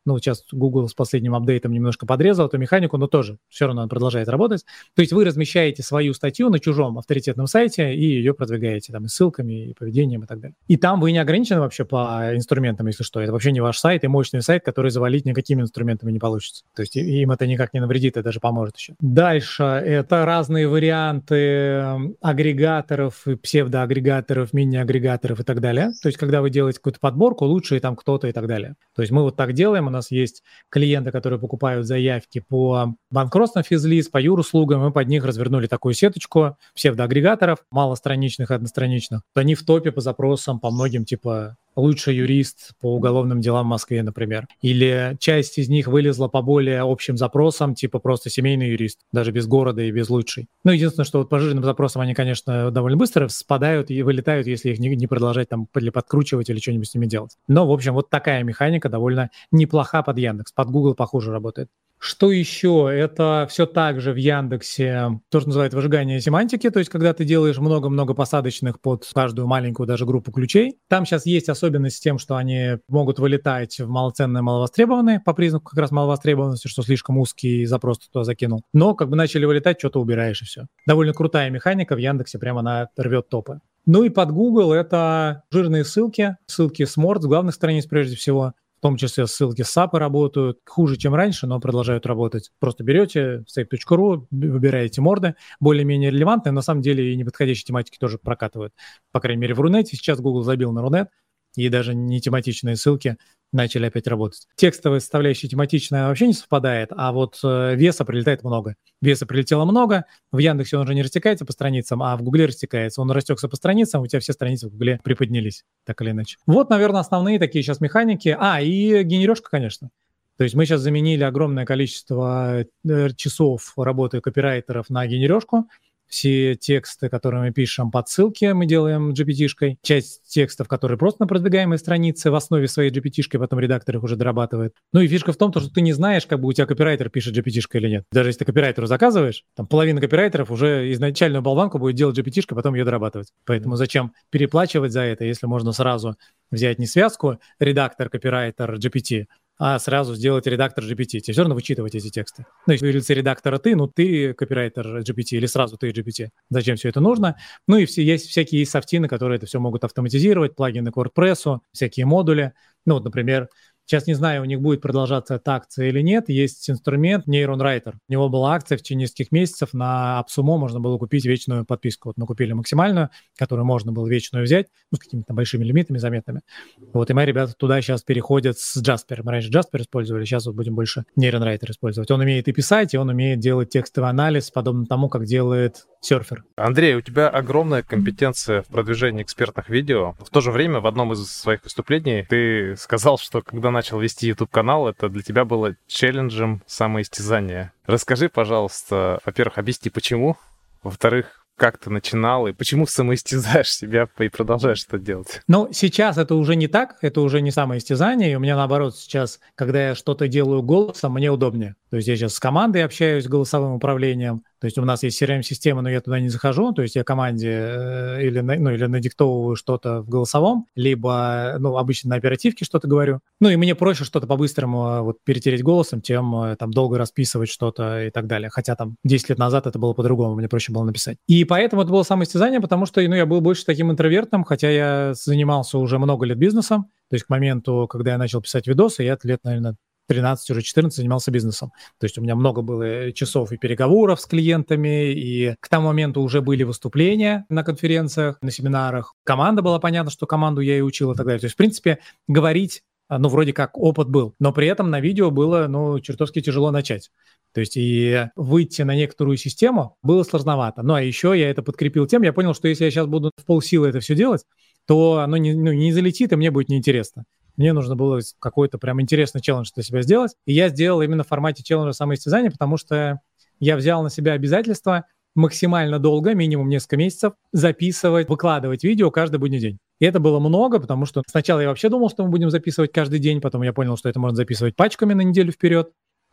ну, сейчас Google с последним апдейтом немножко подрезал эту механику, но тоже все равно она продолжает работать. То есть вы размещаете свою статью на чужом авторитетном сайте и ее продвигаете там и ссылками, и поведением, и так далее. И там вы не ограничены вообще по инструментам, если что. Это вообще не ваш сайт и мощный сайт, который завалить никакими инструментами не получится. То есть им это никак не навредит, и даже поможет еще. Дальше это разные варианты агрегаторов, псевдоагрегаторов, мини-агрегаторов и так далее. То есть когда вы делаете какую-то подборку, лучше и там кто-то и так далее. То есть мы вот так делаем. У нас есть клиенты, которые покупают заявки по банкротствам физлиц, по юруслугам. Мы под них развернули такую сеточку псевдоагрегаторов, малостраничных и одностраничных. Они в топе по запросам, по многим, типа лучший юрист по уголовным делам в Москве, например. Или часть из них вылезла по более общим запросам, типа просто семейный юрист, даже без города и без лучший. Ну, единственное, что вот по жирным запросам они, конечно, довольно быстро спадают и вылетают, если их не, не продолжать там или подкручивать, или что-нибудь с ними делать. Но, в общем, вот такая механика довольно неплоха под Яндекс. Под Google похуже работает. Что еще? Это все так же в Яндексе, то, что называют выжигание семантики, то есть когда ты делаешь много-много посадочных под каждую маленькую даже группу ключей. Там сейчас есть особенность с тем, что они могут вылетать в малоценные, маловостребованные, по признаку как раз маловостребованности, что слишком узкий запрос ты туда закинул. Но как бы начали вылетать, что-то убираешь и все. Довольно крутая механика в Яндексе, прямо она рвет топы. Ну и под Google это жирные ссылки, ссылки с морд, с главных страниц прежде всего. В том числе ссылки с сапы работают хуже, чем раньше, но продолжают работать. Просто берете сайт точка ру, выбираете морды, более-менее релевантные, на самом деле и неподходящие тематики тоже прокатывают. По крайней мере, в Рунете. Сейчас Google забил на Рунет, и даже не тематичные ссылки начали опять работать. Текстовая составляющая тематичная вообще не совпадает, а вот э, веса прилетает много. Веса прилетело много, в Яндексе он уже не растекается по страницам, а в Гугле растекается. Он растекся по страницам, у тебя все страницы в Гугле приподнялись, так или иначе. Вот, наверное, основные такие сейчас механики. А, и генережка, конечно. То есть мы сейчас заменили огромное количество часов работы копирайтеров на генережку. Все тексты, которые мы пишем под ссылки, мы делаем джи пи ти-шкой. Часть текстов, которые просто на продвигаемой странице, в основе своей джи пи ти-шкой, потом редактор их уже дорабатывает. Ну и фишка в том, что ты не знаешь, как бы у тебя копирайтер пишет джи пи ти-шкой или нет. Даже если ты копирайтеру заказываешь, там половина копирайтеров уже изначальную болванку будет делать джи пи ти-шкой, потом ее дорабатывать. Поэтому зачем переплачивать за это, если можно сразу взять не связку редактор, копирайтер, джи пи ти, а сразу сделать редактор джи пи ти. Тебе все равно вычитывать эти тексты. Ну, если лице редактора ты, ну, ты копирайтер джи пи ти или сразу ты джи пи ти. Зачем все это нужно? Ну, и все, есть всякие софтины, которые это все могут автоматизировать, плагины к WordPress, всякие модули. Ну, вот, например, сейчас не знаю, у них будет продолжаться эта акция или нет. Есть инструмент Neuron Writer. У него была акция в течение нескольких месяцев. На AppSumo можно было купить вечную подписку. Вот мы купили максимальную, которую можно было вечную взять, ну, с какими-то большими лимитами заметными. Вот, и мои ребята туда сейчас переходят с Jasper. Мы раньше Jasper использовали, сейчас вот будем больше Neuron Writer использовать. Он умеет и писать, и он умеет делать текстовый анализ, подобно тому, как делает серфер. Андрей, у тебя огромная компетенция в продвижении экспертных видео. В то же время в одном из своих выступлений ты сказал, что когда начал вести YouTube-канал, это для тебя было челленджем самоистязания. Расскажи, пожалуйста, во-первых, объясни, почему. Во-вторых, как ты начинал и почему самоистязаешь себя и продолжаешь это делать? Ну, сейчас это уже не так, это уже не самоистязание. И у меня, наоборот, сейчас, когда я что-то делаю голосом, мне удобнее. То есть я сейчас с командой общаюсь, голосовым управлением. То есть у нас есть си эр эм-система, но я туда не захожу. То есть я команде э, или, ну, или надиктовываю что-то в голосовом, либо, ну, обычно на оперативке что-то говорю. Ну, и мне проще что-то по-быстрому вот перетереть голосом, чем там долго расписывать что-то и так далее. Хотя там десять лет назад это было по-другому, мне проще было написать. И поэтому это было самоистязание, потому что, ну, я был больше таким интровертом, хотя я занимался уже много лет бизнесом. То есть к моменту, когда я начал писать видосы, я лет, наверное, тринадцать, уже четырнадцать занимался бизнесом. То есть у меня много было часов и переговоров с клиентами, и к тому моменту уже были выступления на конференциях, на семинарах. Команда была, понятно, что команду я и учил и так далее. То есть, в принципе, говорить, ну, вроде как опыт был, но при этом на видео было, ну, чертовски тяжело начать. То есть и выйти на некоторую систему было сложновато. Ну, а еще я это подкрепил тем, я понял, что если я сейчас буду в полсилы это все делать, то оно не, ну, не залетит, и мне будет неинтересно. Мне нужно было какой-то прям интересный челлендж для себя сделать. И я сделал именно в формате челленджа самоистязания, потому что я взял на себя обязательство максимально долго, минимум несколько месяцев, записывать, выкладывать видео каждый будний день. И это было много, потому что сначала я вообще думал, что мы будем записывать каждый день, потом я понял, что это можно записывать пачками на неделю вперед.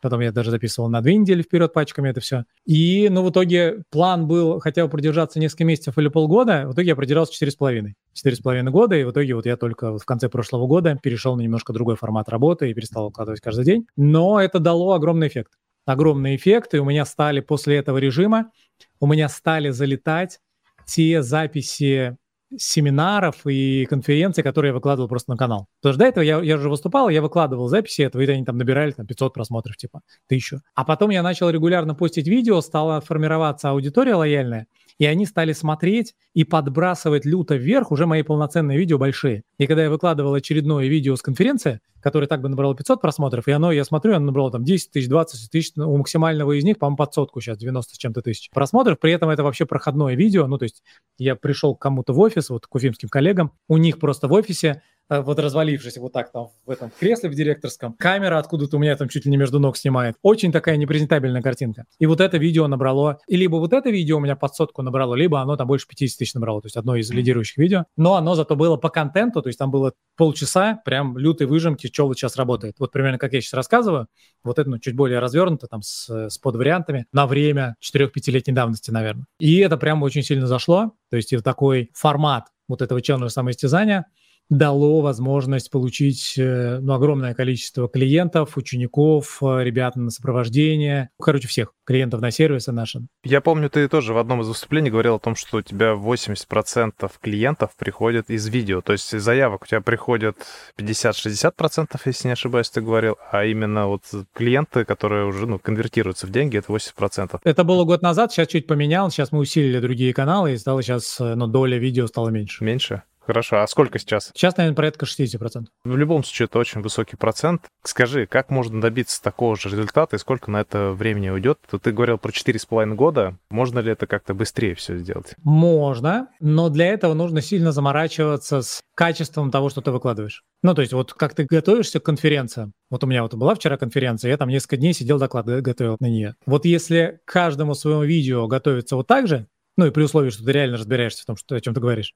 Потом я даже записывал на две недели вперед пачками это все. И, ну, в итоге план был хотя бы продержаться несколько месяцев или полгода. В итоге я продержался четыре с половиной. Четыре с половиной года, и в итоге вот я только вот в конце прошлого года перешел на немножко другой формат работы и перестал укладывать каждый день. Но это дало огромный эффект. Огромный эффект, и у меня стали после этого режима, у меня стали залетать те записи семинаров и конференций, которые я выкладывал просто на канал. Потому что до этого я, я уже выступал, я выкладывал записи этого, и они там набирали там, пятьсот просмотров, типа, тысячу. А потом я начал регулярно постить видео, стала формироваться аудитория лояльная, и они стали смотреть и подбрасывать люто вверх уже мои полноценные видео большие. И когда я выкладывал очередное видео с конференции, которое так бы набрало пятьсот просмотров, и оно, я смотрю, оно набрало там десять тысяч, двадцать тысяч, у максимального из них, по-моему, под сотку сейчас, девяносто с чем-то тысяч просмотров, при этом это вообще проходное видео, ну, то есть я пришел к кому-то в офис, вот к уфимским коллегам, у них просто в офисе, вот развалившись вот так там в этом кресле в директорском, камера откуда-то у меня там чуть ли не между ног снимает. Очень такая непрезентабельная картинка. И вот это видео набрало, и либо вот это видео у меня под сотку набрало, либо оно там больше пятьдесят тысяч набрало, то есть одно из лидирующих видео. Но оно зато было по контенту, то есть там было полчаса прям лютой выжимки, что вот сейчас работает. Вот примерно как я сейчас рассказываю, вот это ну, чуть более развернуто, там с, с подвариантами, на время четырех-пятилетней давности, наверное. И это прям очень сильно зашло, то есть и вот такой формат вот этого челленджа самоистязания дало возможность получить ну, огромное количество клиентов, учеников, ребят на сопровождение, короче, всех клиентов на сервисы наши. Я помню, ты тоже в одном из выступлений говорил о том, что у тебя восемьдесят процентов клиентов приходят из видео, то есть из заявок у тебя приходят пятьдесят-шестьдесят процентов, если не ошибаюсь, ты говорил, а именно вот клиенты, которые уже ну, конвертируются в деньги, это восемьдесят процентов. Это было год назад, сейчас чуть поменял, сейчас мы усилили другие каналы, и стало сейчас, ну, доля видео стала меньше. Меньше? Хорошо, а сколько сейчас? Сейчас, наверное, порядка шестьдесят процентов. В любом случае, это очень высокий процент. Скажи, как можно добиться такого же результата и сколько на это времени уйдет? Ты говорил про четыре с половиной года. Можно ли это как-то быстрее все сделать? Можно, но для этого нужно сильно заморачиваться с качеством того, что ты выкладываешь. Ну, то есть вот как ты готовишься к конференциям. Вот у меня вот была вчера конференция, я там несколько дней сидел, доклад готовил на нее. Вот если к каждому своему видео готовиться вот так же, ну и при условии, что ты реально разбираешься в том, что, о чем ты говоришь,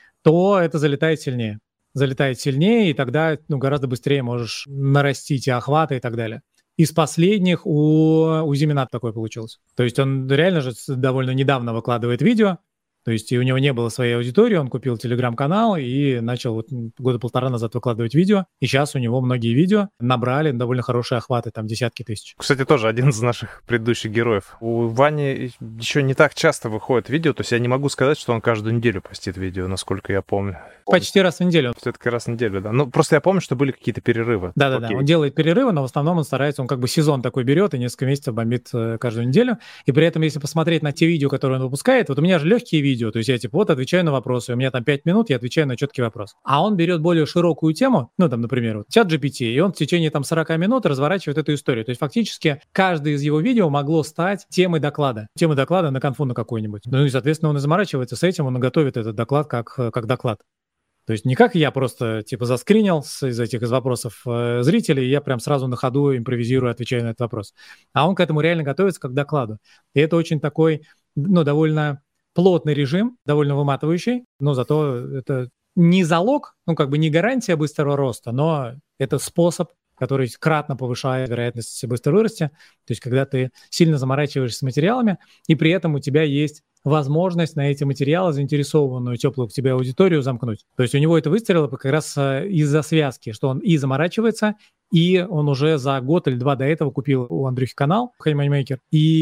то это залетает сильнее. Залетает сильнее, и тогда ну, гораздо быстрее можешь нарастить и охваты и так далее. Из последних у, у Зимина такое получилось. То есть он реально же довольно недавно выкладывает видео, то есть и у него не было своей аудитории, он купил телеграм-канал и начал вот года полтора назад выкладывать видео. И сейчас у него многие видео набрали довольно хорошие охваты, там десятки тысяч. Кстати, тоже один из наших предыдущих героев. У Вани еще не так часто выходит видео, то есть я не могу сказать, что он каждую неделю постит видео, насколько я помню. Почти раз в неделю. Все-таки раз в неделю, да. Ну, просто я помню, что были какие-то перерывы. Да-да-да, он делает перерывы, но в основном он старается, он как бы сезон такой берет и несколько месяцев бомбит э, каждую неделю. И при этом, если посмотреть на те видео, которые он выпускает, вот у меня же легкие видео, то есть я типа вот отвечаю на вопросы, у меня там пять минут, я отвечаю на четкий вопрос. А он берет более широкую тему, ну там, например, вот чат джи пи ти, и он в течение там сорок минут разворачивает эту историю. То есть фактически каждое из его видео могло стать темой доклада. Темой доклада на конфу на какой-нибудь. Ну и, соответственно, он и заморачивается с этим, он готовит этот доклад как, как доклад. То есть не как я просто типа заскринил с, из этих из вопросов э, зрителей, и я прям сразу на ходу импровизирую, отвечаю на этот вопрос. А он к этому реально готовится как к докладу. И это очень такой, ну, довольно плотный режим, довольно выматывающий, но зато это не залог, ну, как бы не гарантия быстрого роста, но это способ, который кратно повышает вероятность быстрого роста. То есть когда ты сильно заморачиваешься с материалами, и при этом у тебя есть возможность на эти материалы заинтересованную, теплую к тебе аудиторию замкнуть. То есть у него это выстрелило как раз из-за связки, что он и заморачивается, и он уже за год или два до этого купил у Андрюхи канал Honey Moneymaker,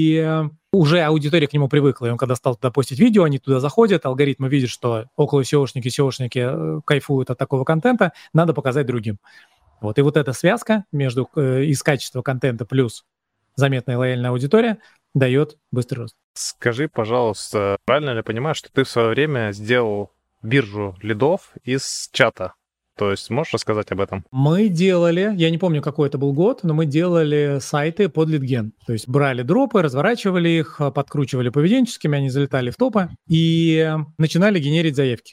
и уже аудитория к нему привыкла. И он когда стал туда постить видео, они туда заходят, алгоритмы видят, что около сеошники, сеошники кайфуют от такого контента, надо показать другим. Вот. И вот эта связка между э, из качества контента плюс заметная лояльная аудитория дает быстрый рост. Скажи, пожалуйста, правильно ли я понимаю, что ты в свое время сделал биржу лидов из чата? То есть можешь рассказать об этом? Мы делали, я не помню, какой это был год, но мы делали сайты под лидген. То есть брали дропы, разворачивали их, подкручивали поведенческими, они залетали в топы и начинали генерить заявки.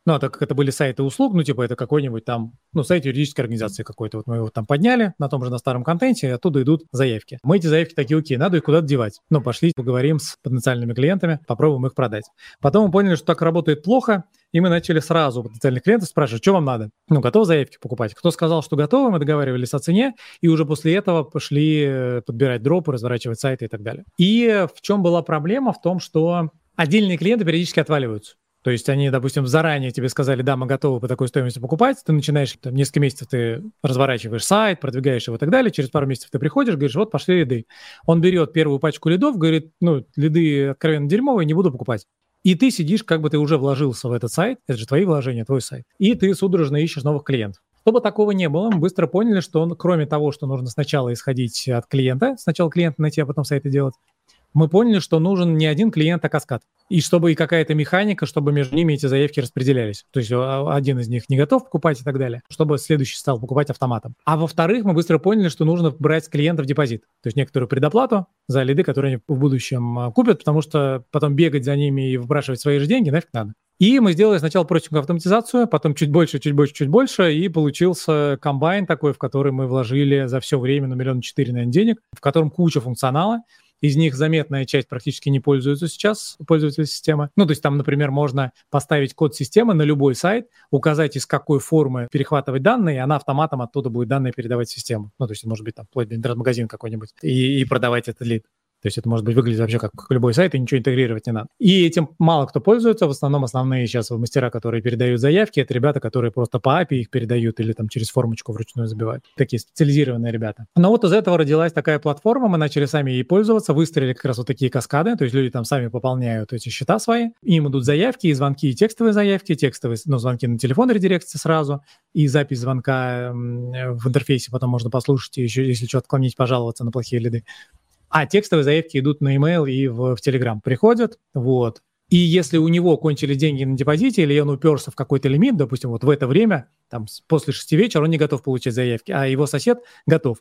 Ну, а так как это были сайты услуг, ну, типа это какой-нибудь там, ну, сайт юридической организации какой-то. Вот мы его там подняли на том же, на старом контенте, и оттуда идут заявки. Мы эти заявки такие, окей, надо их куда-то девать. Ну, пошли, поговорим с потенциальными клиентами, попробуем их продать. Потом мы поняли, что так работает плохо, и мы начали сразу у потенциальных клиентов спрашивать, что вам надо? Ну, готовы заявки покупать? Кто сказал, что готовы, мы договаривались о цене, и уже после этого пошли подбирать дропы, разворачивать сайты и так далее. И в чем была проблема? В том, что отдельные клиенты периодически отваливаются. То есть они, допустим, заранее тебе сказали, да, мы готовы по такой стоимости покупать, ты начинаешь, там, несколько месяцев ты разворачиваешь сайт, продвигаешь его и так далее, через пару месяцев ты приходишь, говоришь, вот пошли лиды. Он берет первую пачку лидов, говорит, ну, лиды откровенно дерьмовые, не буду покупать. И ты сидишь, как бы ты уже вложился в этот сайт, это же твои вложения, твой сайт, и ты судорожно ищешь новых клиентов. Чтобы такого не было, мы быстро поняли, что он, кроме того, что нужно сначала исходить от клиента, сначала клиента найти, а потом сайты делать, мы поняли, что нужен не один клиент, а каскад. И чтобы и какая-то механика, чтобы между ними эти заявки распределялись. То есть один из них не готов покупать и так далее, чтобы следующий стал покупать автоматом. А во-вторых, мы быстро поняли, что нужно брать с клиентов депозит. То есть некоторую предоплату за лиды, которые они в будущем купят, потому что потом бегать за ними и выпрашивать свои же деньги нафиг надо. И мы сделали сначала простенькую автоматизацию, потом чуть больше, чуть больше, чуть больше, и получился комбайн такой, в который мы вложили за все время, ну, миллион четыре, наверное, денег, в котором куча функционала. Из них заметная часть практически не пользуется сейчас пользователь системы. Ну, то есть там, например, можно поставить код системы на любой сайт, указать, из какой формы перехватывать данные, и она автоматом оттуда будет данные передавать в систему. Ну, то есть, может быть, там, вплоть до интернет-магазин какой-нибудь, и, и продавать этот лид. То есть это может быть выглядеть вообще как любой сайт, и ничего интегрировать не надо. И этим мало кто пользуется. В основном основные сейчас мастера, которые передают заявки, это ребята, которые просто по эй пи ай их передают или там через формочку вручную забивают. Такие специализированные ребята. Но вот из этого родилась такая платформа, мы начали сами ей пользоваться, выстроили как раз вот такие каскады, то есть люди там сами пополняют эти счета свои, им идут заявки, и звонки, и текстовые заявки, текстовые, ну, звонки на телефон редирекции сразу, и запись звонка в интерфейсе потом можно послушать, и еще, если что, отклонить, пожаловаться на плохие лиды. А текстовые заявки идут на email и в, в Telegram приходят, вот. И если у него кончились деньги на депозите, или он уперся в какой-то лимит, допустим, вот в это время, там, после шести вечера он не готов получать заявки, а его сосед готов.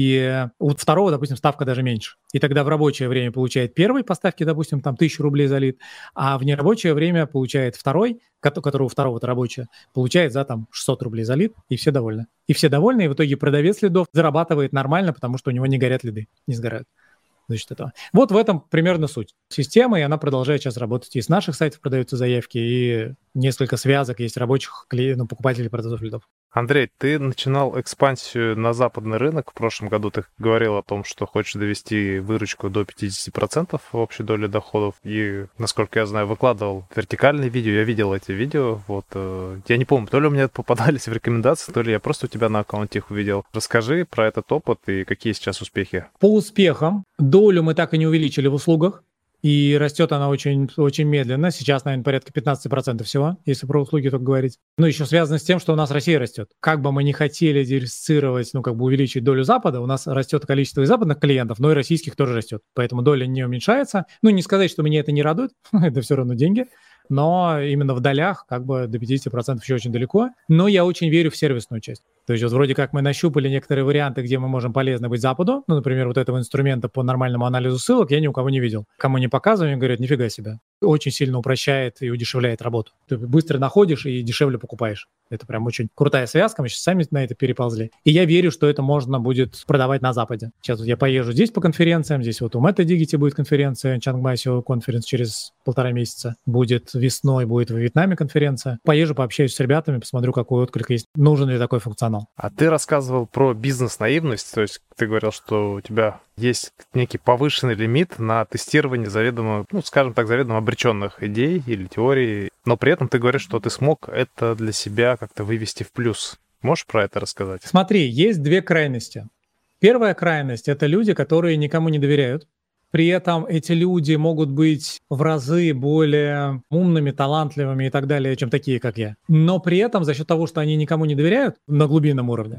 И у второго, допустим, ставка даже меньше. И тогда в рабочее время получает первый по ставке, допустим, там, тысячу рублей за лид, а в нерабочее время получает второй, которого второго-то рабочего, получает за там шестьсот рублей за лид, и все довольны. И все довольны, и в итоге продавец лидов зарабатывает нормально, потому что у него не горят лиды, не сгорают. Значит, этого. Вот в этом примерно суть системы, и она продолжает сейчас работать. И с наших сайтов продаются заявки, и несколько связок есть рабочих клиентов, ну, покупателей продавцов лидов. Андрей, ты начинал экспансию на западный рынок. В прошлом году ты говорил о том, что хочешь довести выручку до пятьдесят процентов в общей доле доходов. И, насколько я знаю, выкладывал вертикальные видео. Я видел эти видео. Вот, э, я не помню, то ли у меня попадались в рекомендации, то ли я просто у тебя на аккаунте их увидел. Расскажи про этот опыт и какие сейчас успехи. По успехам долю мы так и не увеличили в услугах. И растет она очень, очень медленно. Сейчас, наверное, порядка пятнадцать процентов всего, если про услуги только говорить. Но еще связано с тем, что у нас Россия растет. Как бы мы ни хотели диверсифицировать, ну, как бы увеличить долю Запада, у нас растет количество и западных клиентов, но и российских тоже растет. Поэтому доля не уменьшается. Ну, не сказать, что меня это не радует, это все равно деньги. Но именно в долях как бы до пятьдесят процентов еще очень далеко. Но я очень верю в сервисную часть. То есть вот вроде как мы нащупали некоторые варианты, где мы можем полезно быть Западу. Ну, например, вот этого инструмента по нормальному анализу ссылок я ни у кого не видел. Кому не показываю, говорят, нифига себе. Очень сильно упрощает и удешевляет работу. Ты быстро находишь и дешевле покупаешь. Это прям очень крутая связка, мы сейчас сами на это переползли. И я верю, что это можно будет продавать на Западе. Сейчас вот я поезжу здесь по конференциям, здесь вот у MetaDigity будет конференция, Chiang Mai конференц через полтора месяца. Будет весной, будет в Вьетнаме конференция. Поезжу, пообщаюсь с ребятами, посмотрю, какой отклик есть. Нужен ли такой функционал. А ты рассказывал про бизнес-наивность, то есть ты говорил, что у тебя есть некий повышенный лимит на тестирование заведомо, ну, скажем так, заведомо обреченных идей или теорий, но при этом ты говоришь, что ты смог это для себя как-то вывести в плюс. Можешь про это рассказать? Смотри, есть две крайности. Первая крайность – это люди, которые никому не доверяют. При этом эти люди могут быть в разы более умными, талантливыми и так далее, чем такие, как я. Но при этом за счет того, что они никому не доверяют на глубинном уровне,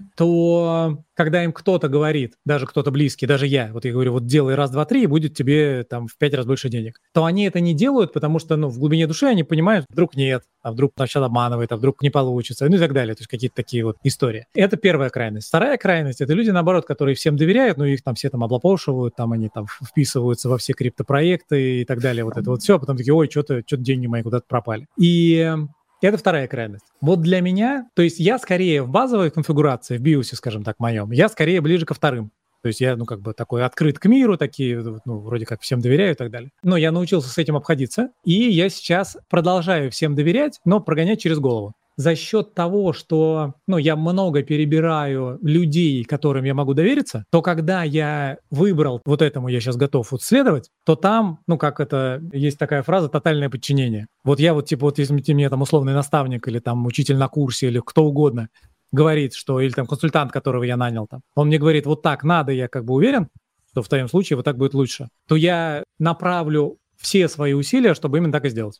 то когда им кто-то говорит, даже кто-то близкий, даже я, вот я говорю, вот делай раз, два, три, и будет тебе там в пять раз больше денег, то они это не делают, потому что, ну, в глубине души они понимают, вдруг нет, а вдруг сейчас обманывает, а вдруг не получится, ну и так далее. То есть какие-то такие вот истории. Это первая крайность. Вторая крайность – это люди, наоборот, которые всем доверяют, но их там все там облапошивают, там они там вписываются во все криптопроекты и так далее, вот это вот все, а потом такие, ой, что-то, что-то деньги мои куда-то пропали. И Это вторая крайность. Вот для меня, то есть я скорее в базовой конфигурации, в биосе, скажем так, моем, я скорее ближе ко вторым. То есть я, ну, как бы такой открыт к миру, такие, ну, вроде как всем доверяю и так далее. Но я научился с этим обходиться, и я сейчас продолжаю всем доверять, но прогонять через голову. За счет того, что, ну, я много перебираю людей, которым я могу довериться, то когда я выбрал, вот этому я сейчас готов вот следовать, то там, ну, как это, есть такая фраза «тотальное подчинение». Вот я вот, типа, вот если ты мне там условный наставник или там учитель на курсе или кто угодно говорит, что, или там консультант, которого я нанял, там, он мне говорит, вот так надо, я как бы уверен, что в твоем случае вот так будет лучше, то я направлю все свои усилия, чтобы именно так и сделать.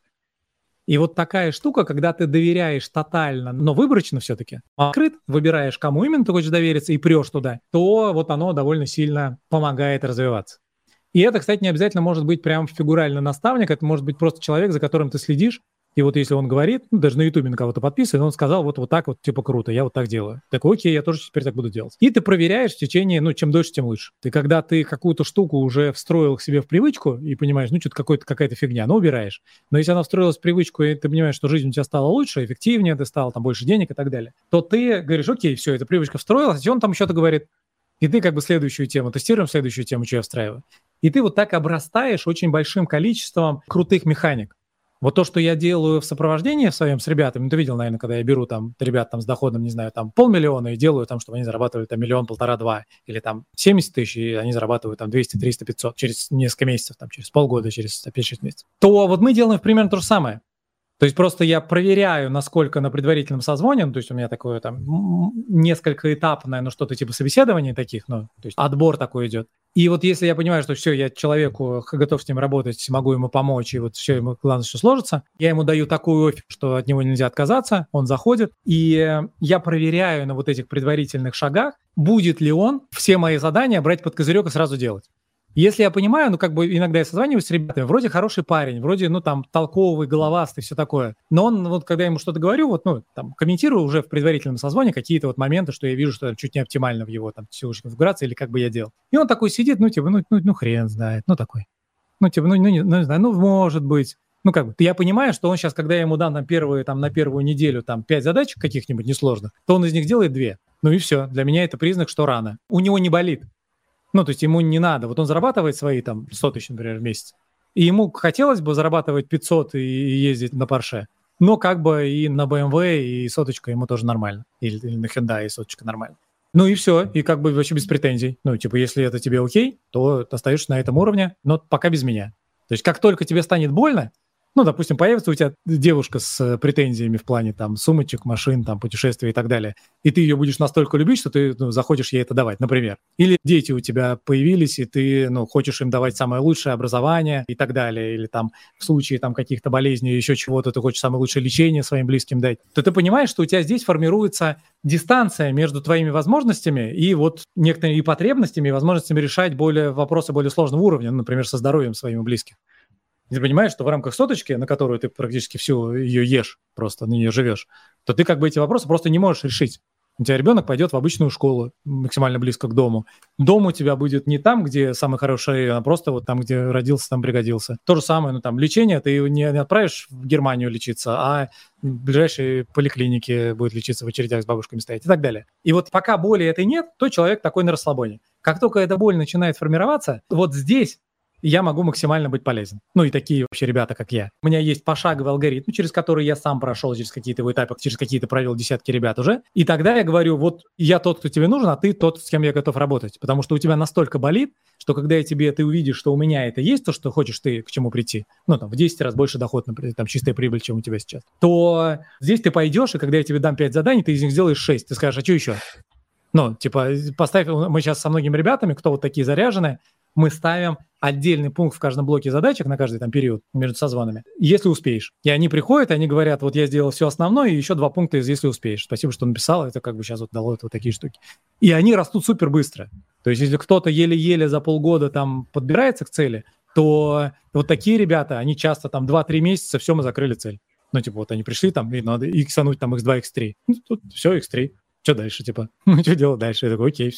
И вот такая штука, когда ты доверяешь тотально, но выборочно все-таки, открыт, выбираешь, кому именно ты хочешь довериться и прешь туда, то вот оно довольно сильно помогает развиваться. И это, кстати, не обязательно может быть прям фигуральный наставник, это может быть просто человек, за которым ты следишь, и вот если он говорит, ну, даже на Ютубе на кого-то подписан, он сказал вот, вот так вот, типа, круто, я вот так делаю. Такой, окей, я тоже теперь так буду делать. И ты проверяешь в течение, ну, чем дольше, тем лучше. И когда ты какую-то штуку уже встроил к себе в привычку и понимаешь, ну, что-то какой-то, какая-то фигня, ну, убираешь. Но если она встроилась в привычку, и ты понимаешь, что жизнь у тебя стала лучше, эффективнее, ты стал там больше денег и так далее, то ты говоришь, окей, все, эта привычка встроилась, и он там что-то говорит. И ты как бы следующую тему, тестируем следующую тему, что я встраиваю. И ты вот так обрастаешь очень большим количеством крутых механик. Вот то, что я делаю в сопровождении в своем с ребятами, ну, ты видел, наверное, когда я беру там ребят там с доходом, не знаю, там полмиллиона и делаю там, чтобы они зарабатывали там миллион, полтора, два, или там семьдесят тысяч, и они зарабатывают там двести, триста, пятьсот через несколько месяцев, там через полгода, через пять-шесть месяцев. То вот мы делаем примерно то же самое. То есть просто я проверяю, насколько на предварительном созвоне, ну, то есть у меня такое там несколько этапное, ну, что-то типа собеседований таких, ну, то есть отбор такой идет. И вот если я понимаю, что все, я человеку готов с ним работать, могу ему помочь, и вот все, ему главное, что сложится, я ему даю такую офер, что от него нельзя отказаться, он заходит, и я проверяю на вот этих предварительных шагах, будет ли он все мои задания брать под козырек и сразу делать. Если я понимаю, ну, как бы иногда я созваниваюсь с ребятами, вроде хороший парень, вроде, ну, там, толковый, головастый, все такое. Но он, вот, когда я ему что-то говорю, вот, ну, там, комментирую уже в предварительном созвоне какие-то вот моменты, что я вижу, что там чуть не оптимально в его, там, силовой конфигурации или как бы я делал. И он такой сидит, ну, типа, ну, ну, ну хрен знает, ну, такой. Ну, типа, ну, ну, не, ну, не знаю, ну, может быть. Ну, как бы, я понимаю, что он сейчас, когда я ему дам там, первые, там, на первую неделю там, пять задач каких-нибудь несложных, то он из них делает две. Ну и все. Для меня это признак, что рано. У него не болит. Ну, то есть ему не надо. Вот он зарабатывает свои там сто тысяч, например, в месяц. И ему хотелось бы зарабатывать пятьсот и ездить на Порше. Но как бы и на бэ эм вэ, и соточка ему тоже нормально. Или, или на Hyundai и соточка нормально. Ну и все. И как бы вообще без претензий. Ну, типа, если это тебе окей, то ты остаешься на этом уровне, но пока без меня. То есть как только тебе станет больно, ну, допустим, появится у тебя девушка с претензиями в плане там сумочек, машин, там, путешествий и так далее, и ты ее будешь настолько любить, что ты, ну, захочешь ей это давать, например. Или дети у тебя появились, и ты, ну, хочешь им давать самое лучшее образование и так далее, или там в случае там каких-то болезней, еще чего-то, ты хочешь самое лучшее лечение своим близким дать, то ты понимаешь, что у тебя здесь формируется дистанция между твоими возможностями и вот некоторыми и потребностями, и возможностями решать более вопросы более сложного уровня, ну, например, со здоровьем своим и близких. Ты понимаешь, что в рамках соточки, на которую ты практически всю ее ешь, просто на нее живешь, то ты как бы эти вопросы просто не можешь решить. У тебя ребенок пойдет в обычную школу, максимально близко к дому. Дом у тебя будет не там, где самый хороший, а просто вот там, где родился, там пригодился. То же самое, ну там лечение ты не отправишь в Германию лечиться, а в ближайшей поликлинике будет лечиться, в очередях с бабушками стоять и так далее. И вот пока боли этой нет, то человек такой на расслабоне. Как только эта боль начинает формироваться, вот здесь я могу максимально быть полезен. Ну и такие вообще ребята, как я. У меня есть пошаговый алгоритм, через который я сам прошел, через какие-то его этапы, через какие-то провел десятки ребят уже. И тогда я говорю, вот я тот, кто тебе нужен, а ты тот, с кем я готов работать. Потому что у тебя настолько болит, что когда я тебе, ты увидишь, что у меня это есть, то, что хочешь ты к чему прийти, ну там в десять раз больше доход, например, там чистая прибыль, чем у тебя сейчас, то здесь ты пойдешь, и когда я тебе дам пять заданий, ты из них сделаешь шесть. Ты скажешь, а что еще? Ну, типа, поставь, мы сейчас со многими ребятами, кто вот такие заряженные, мы ставим отдельный пункт в каждом блоке задачек на каждый там период между созвонами, если успеешь. И они приходят, они говорят, вот я сделал все основное, и еще два пункта из «если успеешь». Спасибо, что написал, это как бы сейчас вот дало это вот такие штуки. И они растут супер быстро. То есть если кто-то еле-еле за полгода там подбирается к цели, то вот такие ребята, они часто там два-три месяца, все, мы закрыли цель. Ну, типа, вот они пришли там, и надо иксануть там икс два, икс три. Ну, тут все, икс три. Что дальше, типа? Ну, что делать дальше? Я такой, окей, все.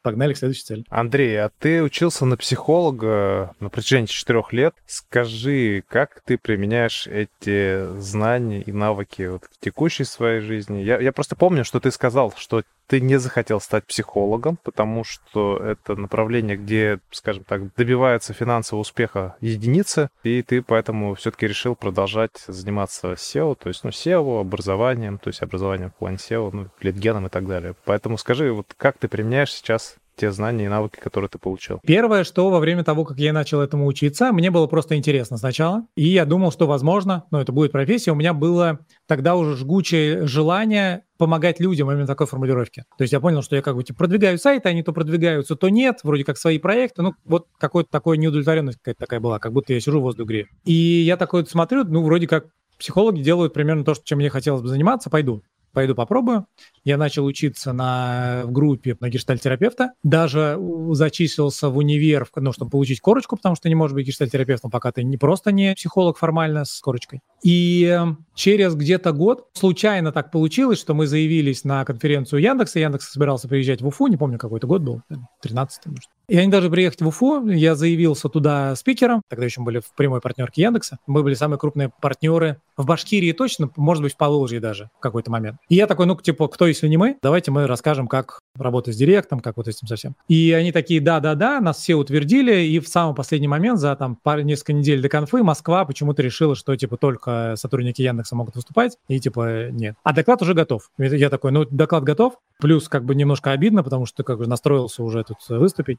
погнали к следующей цели. Андрей, а ты учился на психолога на протяжении четырех лет. Скажи, как ты применяешь эти знания и навыки вот в текущей своей жизни? Я, я просто помню, что ты сказал, что ты не захотел стать психологом, потому что это направление, где, скажем так, добивается финансового успеха единицы, и ты поэтому все-таки решил продолжать заниматься сео, то есть, ну, сео, образованием, то есть образованием в плане сео, ну, лид-геном и так далее. Поэтому скажи, вот как ты применяешь сейчас те знания и навыки, которые ты получил? Первое, что во время того, как я начал этому учиться, мне было просто интересно сначала. И я думал, что, возможно, ну, это будет профессия. У меня было тогда уже жгучее желание помогать людям именно такой формулировки. То есть я понял, что я как бы типа продвигаю сайты, они то продвигаются, то нет, вроде как свои проекты. Ну, вот какой-то такой неудовлетворенность какая-то такая была, как будто я сижу в воздух грею. И я такой вот смотрю, ну, вроде как психологи делают примерно то, чем мне хотелось бы заниматься, пойду. Пойду попробую. Я начал учиться на, в группе на гештальт-терапевта. Даже зачислился в универ, ну, чтобы получить корочку, потому что не можешь быть гештальт-терапевтом, пока ты не просто не психолог формально с корочкой. И через где-то год случайно так получилось, что мы заявились на конференцию Яндекса. Яндекс собирался приезжать в Уфу, не помню, какой это год был, тринадцатый, может. И они даже приехать в Уфу, я заявился туда спикером, тогда еще мы были в прямой партнерке Яндекса. Мы были самые крупные партнеры в Башкирии точно, может быть, в Поволжье даже в какой-то момент. И я такой, ну, типа, кто, если не мы? Давайте мы расскажем, как работать с директом, как вот этим совсем. И они такие, да-да-да, нас все утвердили, и в самый последний момент, за там пару, несколько недель до конфы, Москва почему-то решила, что, типа, только сотрудники Яндекса могут выступать, и, типа, нет. А доклад уже готов. Я такой, ну, доклад готов, плюс, как бы, немножко обидно, потому что, как бы, настроился уже тут выступить.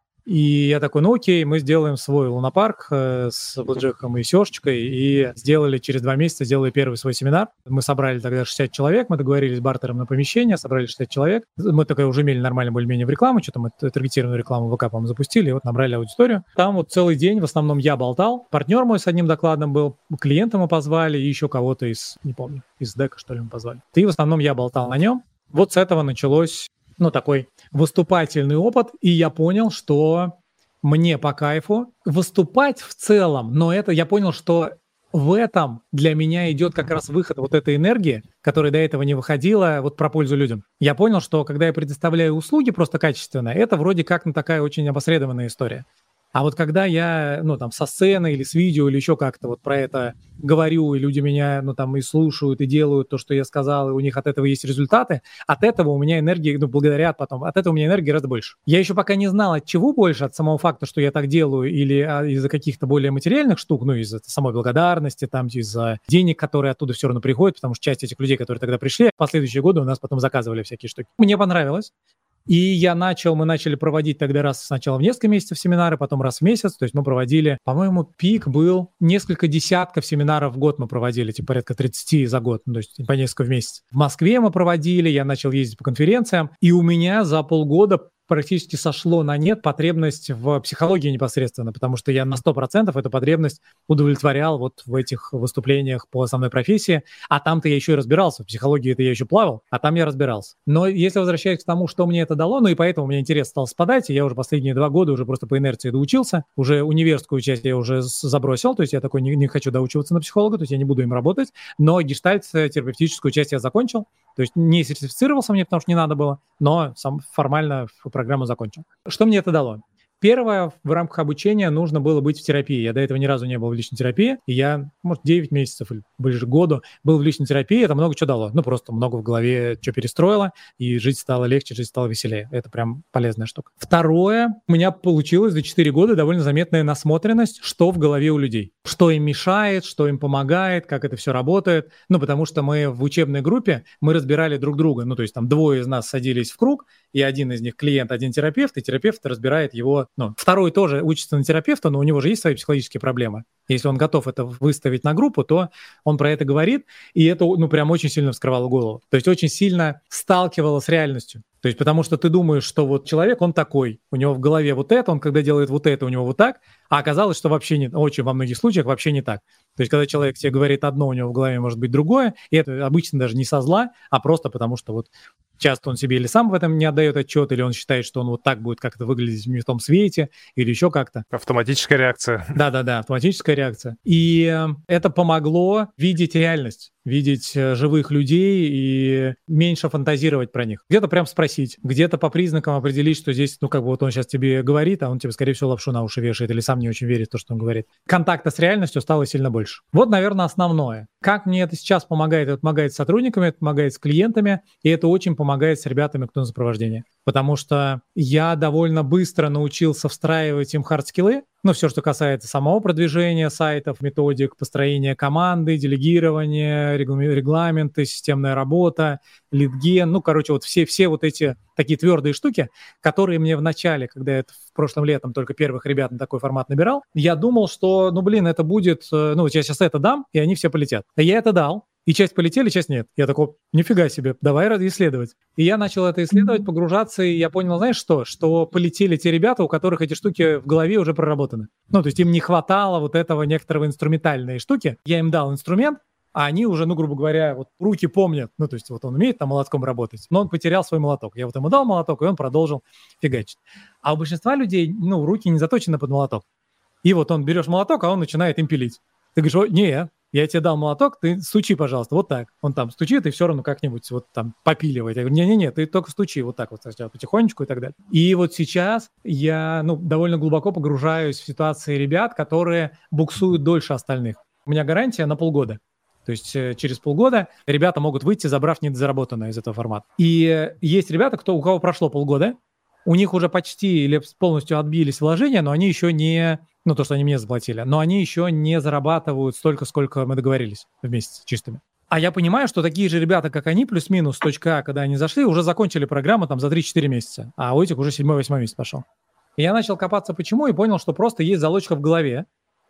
И я такой, ну окей, мы сделаем свой лунопарк э, с Блэкджеком и Сёшечкой, и сделали через два месяца, сделали первый свой семинар. Мы собрали тогда шестьдесят человек, мы договорились с бартером на помещение, собрали шестьдесят человек. Мы такая уже имели нормально более-менее в рекламу, что-то мы таргетированную рекламу в ВК, по-моему, запустили, и вот набрали аудиторию. Там вот целый день в основном я болтал, партнер мой с одним докладом был, клиента мы позвали, и еще кого-то из, не помню, из ДЭКа, что ли, мы позвали. И в основном я болтал на нем. Вот с этого началось... ну, такой выступательный опыт, и я понял, что мне по кайфу выступать в целом, но это я понял, что в этом для меня идет как раз выход вот этой энергии, которая до этого не выходила, вот про пользу людям. Я понял, что когда я предоставляю услуги просто качественно, это вроде как ну, такая очень обосредованная история. А вот когда я, ну, там, со сцены или с видео или еще как-то вот про это говорю, и люди меня, ну, там, и слушают, и делают то, что я сказал, и у них от этого есть результаты, от этого у меня энергии, ну, благодарят потом, от этого у меня энергии гораздо больше. Я еще пока не знал, от чего больше, от самого факта, что я так делаю, или а, из-за каких-то более материальных штук, ну, из-за самой благодарности, там, из-за денег, которые оттуда все равно приходят, потому что часть этих людей, которые тогда пришли, в последующие годы у нас потом заказывали всякие штуки. Мне понравилось. И я начал, мы начали проводить тогда раз сначала в несколько месяцев семинары, потом раз в месяц. То есть мы проводили, по-моему, пик был несколько десятков семинаров в год мы проводили, типа порядка тридцать за год, ну, то есть по несколько в месяц. В Москве мы проводили, я начал ездить по конференциям, и у меня за полгода практически сошло на нет потребность в психологии непосредственно, потому что я на сто процентов эту потребность удовлетворял вот в этих выступлениях по основной профессии, а там-то я еще и разбирался, в психологии-то я еще плавал, а там я разбирался. Но если возвращаясь к тому, что мне это дало, ну и поэтому у меня интерес стал спадать, и я уже последние два года уже просто по инерции доучился, уже универскую часть я уже забросил, то есть я такой не, не хочу доучиваться на психолога, то есть я не буду им работать, но гештальт-терапевтическую часть я закончил, то есть не сертифицировался мне, потому что не надо было, но сам формально программу закончил. Что мне это дало? Первое, в рамках обучения нужно было быть в терапии. Я до этого ни разу не был в личной терапии, и я, может, девять месяцев или ближе к году был в личной терапии, это много чего дало. Ну, просто много в голове что перестроило, и жить стало легче, жить стало веселее. Это прям полезная штука. Второе, у меня получилось за четыре года довольно заметная насмотренность, что в голове у людей. Что им мешает, что им помогает, как это все работает. Ну, потому что мы в учебной группе, мы разбирали друг друга. Ну, то есть там двое из нас садились в круг, и один из них клиент, один терапевт, и терапевт разбирает его. Ну, второй тоже учится на терапевта, но у него же есть свои психологические проблемы. Если он готов это выставить на группу, то он про это говорит, и это, ну, прям очень сильно вскрывало голову. То есть очень сильно сталкивало с реальностью. То есть потому что ты думаешь, что вот человек, он такой, у него в голове вот это, он когда делает вот это, у него вот так, а оказалось, что вообще не, очень во многих случаях вообще не так. То есть когда человек тебе говорит одно, у него в голове может быть другое, и это обычно даже не со зла, а просто потому что вот часто он себе или сам в этом не отдает отчет, или он считает, что он вот так будет как-то выглядеть не в том свете, или еще как-то. Автоматическая реакция. Да-да-да, автоматическая реакция. И это помогло видеть реальность. видеть живых людей и меньше фантазировать про них. Где-то прям спросить, где-то по признакам определить, что здесь, ну, как бы вот он сейчас тебе говорит, а он тебе, скорее всего, лапшу на уши вешает или сам не очень верит в то, что он говорит. Контакта с реальностью стало сильно больше. Вот, наверное, основное. Как мне это сейчас помогает? Это помогает с сотрудниками, это помогает с клиентами, и это очень помогает с ребятами, кто на сопровождении. Потому что я довольно быстро научился встраивать им хардскиллы, ну, все, что касается самого продвижения сайтов, методик, построения команды, делегирования, регламенты, системная работа, лидген, ну, короче, вот все, все вот эти такие твердые штуки, которые мне в начале, когда я в прошлом летом только первых ребят на такой формат набирал, я думал, что, ну, блин, это будет, ну, вот я сейчас это дам, и они все полетят. А я это дал. И часть полетели, часть нет. Я такой, нифига себе, давай исследовать. И я начал это исследовать, погружаться, и я понял, знаешь что? Что полетели те ребята, у которых эти штуки в голове уже проработаны. Ну, то есть им не хватало вот этого некоторого инструментальной штуки. Я им дал инструмент, а они уже, ну, грубо говоря, вот руки помнят. Ну, то есть вот он умеет там молотком работать, но он потерял свой молоток. Я вот ему дал молоток, и он продолжил фигачить. А у большинства людей, ну, руки не заточены под молоток. И вот он берешь молоток, а он начинает им пилить. Ты говоришь, о, не, я тебе дал молоток, ты стучи, пожалуйста, вот так. Он там стучит и все равно как-нибудь вот там попиливает. Я говорю, не-не-не, ты только стучи вот так вот сначала потихонечку и так далее. И вот сейчас я, ну, довольно глубоко погружаюсь в ситуации ребят, которые буксуют дольше остальных. У меня гарантия на полгода. То есть э, через полгода ребята могут выйти, забрав недозаработанное из этого формата. И э, есть ребята, кто, у кого прошло полгода, у них уже почти или полностью отбились вложения, но они еще не... Ну, то, что они мне заплатили. Но они еще не зарабатывают столько, сколько мы договорились в месяц чистыми. А я понимаю, что такие же ребята, как они, плюс-минус точка А, когда они зашли, уже закончили программу там за три-четыре месяца. А у этих уже седьмой-восьмой месяц пошел. И я начал копаться почему и понял, что просто есть залочка в голове.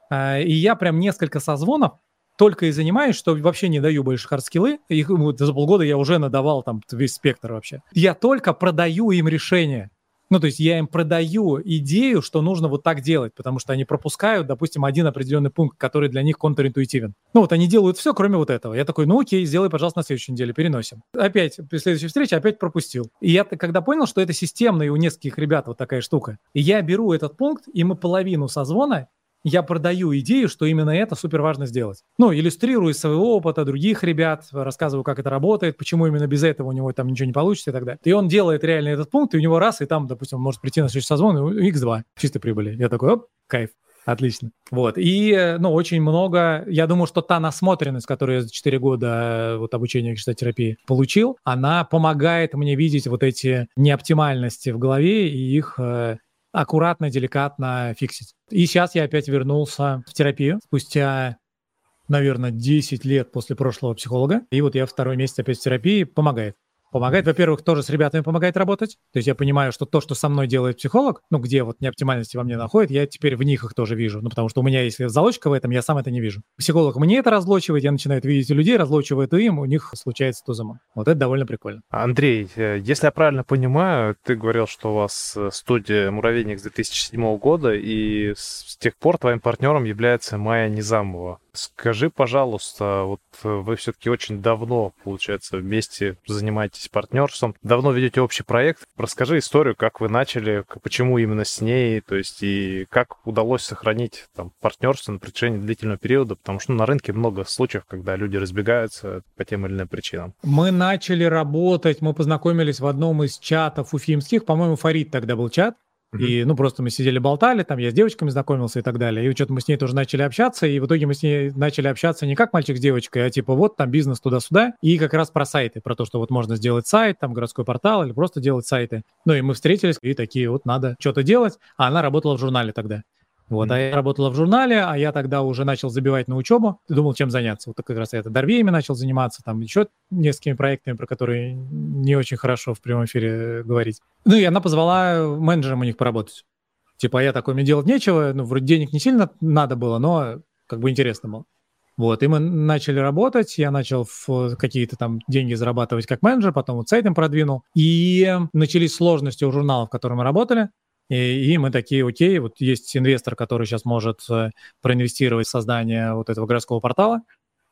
И я прям несколько созвонов только и занимаюсь, что вообще не даю больше хардскиллы. Их вот, за полгода я уже надавал там весь спектр вообще. Я только продаю им решение. Ну, то есть я им продаю идею, что нужно вот так делать, потому что они пропускают, допустим, один определенный пункт, который для них контринтуитивен. Ну, вот они делают все, кроме вот этого. Я такой, ну окей, сделай, пожалуйста, на следующей неделе, переносим. Опять, при следующей встрече опять пропустил. И я когда понял, что это системно, и у нескольких ребят вот такая штука, и я беру этот пункт, и мы половину созвона я продаю идею, что именно это супер важно сделать. Ну, иллюстрирую из своего опыта других ребят, рассказываю, как это работает, почему именно без этого у него там ничего не получится и так далее. И он делает реально этот пункт, и у него раз, и там, допустим, он может прийти на следующий созвон, и икс два чистой прибыли. Я такой, оп, кайф. Отлично. Вот. И, ну, очень много, я думаю, что та насмотренность, которую я за четыре года вот, обучения гештальт-терапии получил, она помогает мне видеть вот эти неоптимальности в голове и их э, аккуратно, деликатно фиксить. И сейчас я опять вернулся в терапию спустя, наверное, десять лет после прошлого психолога. И вот я второй месяц опять в терапии. Помогает. Помогает, во-первых, тоже с ребятами помогает работать. То есть я понимаю, что то, что со мной делает психолог, ну, где вот неоптимальности во мне находит, я теперь в них их тоже вижу. Ну, потому что у меня есть залочка в этом, я сам это не вижу. Психолог мне это разлочивает, я начинаю это видеть у людей, разлочиваю это им, у них случается то замон. Вот это довольно прикольно. Андрей, если я правильно понимаю, ты говорил, что у вас студия «Муравейник» с две тысячи седьмого года, и с тех пор твоим партнером является Майя Низамова. Скажи, пожалуйста, вот вы все-таки очень давно, получается, вместе занимаетесь партнерством, давно ведете общий проект. Расскажи историю, как вы начали, почему именно с ней, то есть и как удалось сохранить там партнерство на протяжении длительного периода, потому что ну, на рынке много случаев, когда люди разбегаются по тем или иным причинам. Мы начали работать, мы познакомились в одном из чатов уфимских, по-моему, Фарид тогда был чат. И, ну, просто мы сидели, болтали, там я с девочками знакомился и так далее. И что-то мы с ней тоже начали общаться, и в итоге мы с ней начали общаться не как мальчик с девочкой, а типа вот там бизнес туда-сюда, и как раз про сайты, про то, что вот можно сделать сайт, там городской портал или просто делать сайты. Ну, и мы встретились, и такие вот надо что-то делать, а она работала в журнале тогда. Вот, mm-hmm. а я работала в журнале, а я тогда уже начал забивать на учебу, думал, чем заняться. Вот как раз я это Дорвеями начал заниматься, там еще несколькими проектами, про которые не очень хорошо в прямом эфире говорить. Ну и она позвала менеджером у них поработать. Типа, я такой, мне делать нечего, ну, вроде денег не сильно надо было, но как бы интересно было. Вот, и мы начали работать, я начал в какие-то там деньги зарабатывать как менеджер, потом вот сайт им продвинул. И начались сложности у журнала, в котором мы работали. И, и мы такие, окей, вот есть инвестор, который сейчас может проинвестировать в создание вот этого городского портала.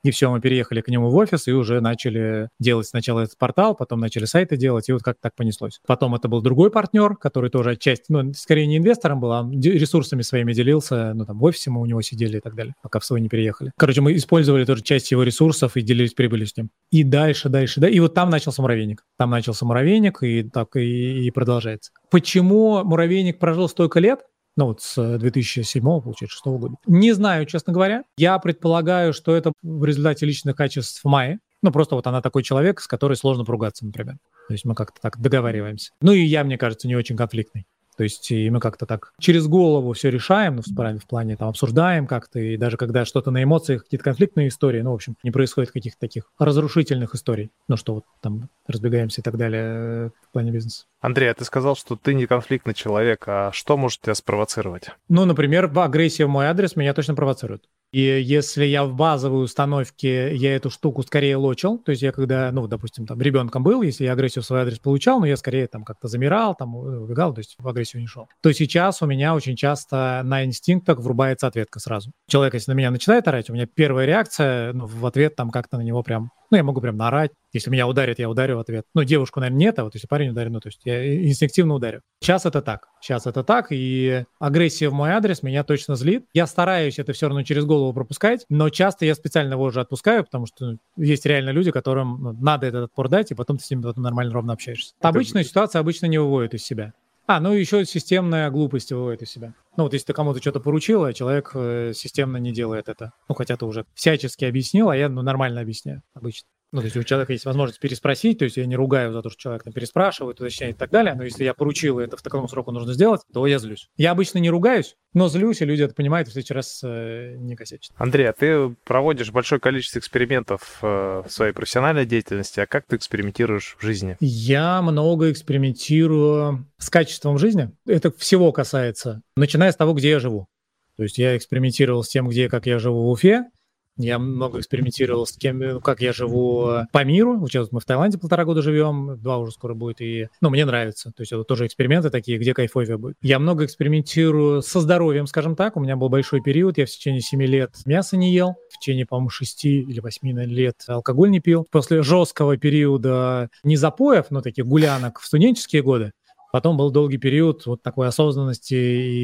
И все, мы переехали к нему в офис и уже начали делать сначала этот портал, потом начали сайты делать, и вот как так понеслось. Потом это был другой партнер, который тоже отчасти, ну, скорее не инвестором был, а ресурсами своими делился, ну, там, в офисе мы у него сидели и так далее, пока в свой не переехали. Короче, мы использовали тоже часть его ресурсов и делились прибылью с ним. И дальше, дальше, да, и вот там начался муравейник. Там начался муравейник, и так и, и продолжается. Почему муравейник прожил столько лет? Ну вот с две тысячи седьмого, получается, шестого года. Не знаю, честно говоря. Я предполагаю, что это в результате личных качеств Майи. Ну просто вот она такой человек, с которой сложно поругаться, например. То есть мы как-то так договариваемся. Ну и я, мне кажется, не очень конфликтный. То есть и мы как-то так через голову все решаем, ну, в, в плане там обсуждаем как-то, и даже когда что-то на эмоциях, какие-то конфликтные истории, ну, в общем, не происходит каких-то таких разрушительных историй, ну, что вот там разбегаемся и так далее в плане бизнеса. Андрей, а ты сказал, что ты не конфликтный человек, а что может тебя спровоцировать? Ну, например, агрессия в мой адрес меня точно провоцирует. И если я в базовой установке, я эту штуку скорее лочил, то есть я когда, ну, допустим, там ребенком был, если я агрессию в свой адрес получал, но я скорее там как-то замирал, там убегал, то есть в агрессию не шел, то сейчас у меня очень часто на инстинктах врубается ответка сразу. Человек, если на меня начинает орать, у меня первая реакция, ну, в ответ там как-то на него прям, ну, я могу прям наорать. Если меня ударят, я ударю в ответ. Ну, девушку, наверное, нет, а вот если парень ударит, ну, то есть я инстинктивно ударю. Сейчас это так. Сейчас это так, и агрессия в мой адрес меня точно злит. Я стараюсь это все равно через голову пропускать, но часто я специально его уже отпускаю, потому что есть реально люди, которым ну, надо этот отпор дать, и потом ты с ними потом нормально ровно общаешься. Это... Обычная ситуация обычно не выводит из себя. А, ну еще системная глупость выводит из себя. Ну вот если ты кому-то что-то поручил, а человек э, системно не делает это. Ну хотя ты уже всячески объяснил, а я ну, нормально объясняю обычно. Ну, то есть у человека есть возможность переспросить, то есть я не ругаю за то, что человек там переспрашивает, уточняет и так далее, но если я поручил, и это в таком сроку нужно сделать, то я злюсь. Я обычно не ругаюсь, но злюсь, и люди это понимают, и в следующий раз э, не косячат. Андрей, а ты проводишь большое количество экспериментов э, в своей профессиональной деятельности, а как ты экспериментируешь в жизни? Я много экспериментирую с качеством жизни. Это всего касается, начиная с того, где я живу. То есть я экспериментировал с тем, где, как я живу в Уфе. Я много экспериментировал с тем, как я живу по миру. Вот сейчас мы в Таиланде полтора года живем, два уже скоро будет, и, ну, мне нравится. То есть это тоже эксперименты такие, где кайфовее будет. Я много экспериментирую со здоровьем, скажем так. У меня был большой период, я в течение семи лет мясо не ел, в течение, по-моему, шести или восьми лет алкоголь не пил. После жесткого периода не запоев, но таких гулянок в студенческие годы, потом был долгий период вот такой осознанности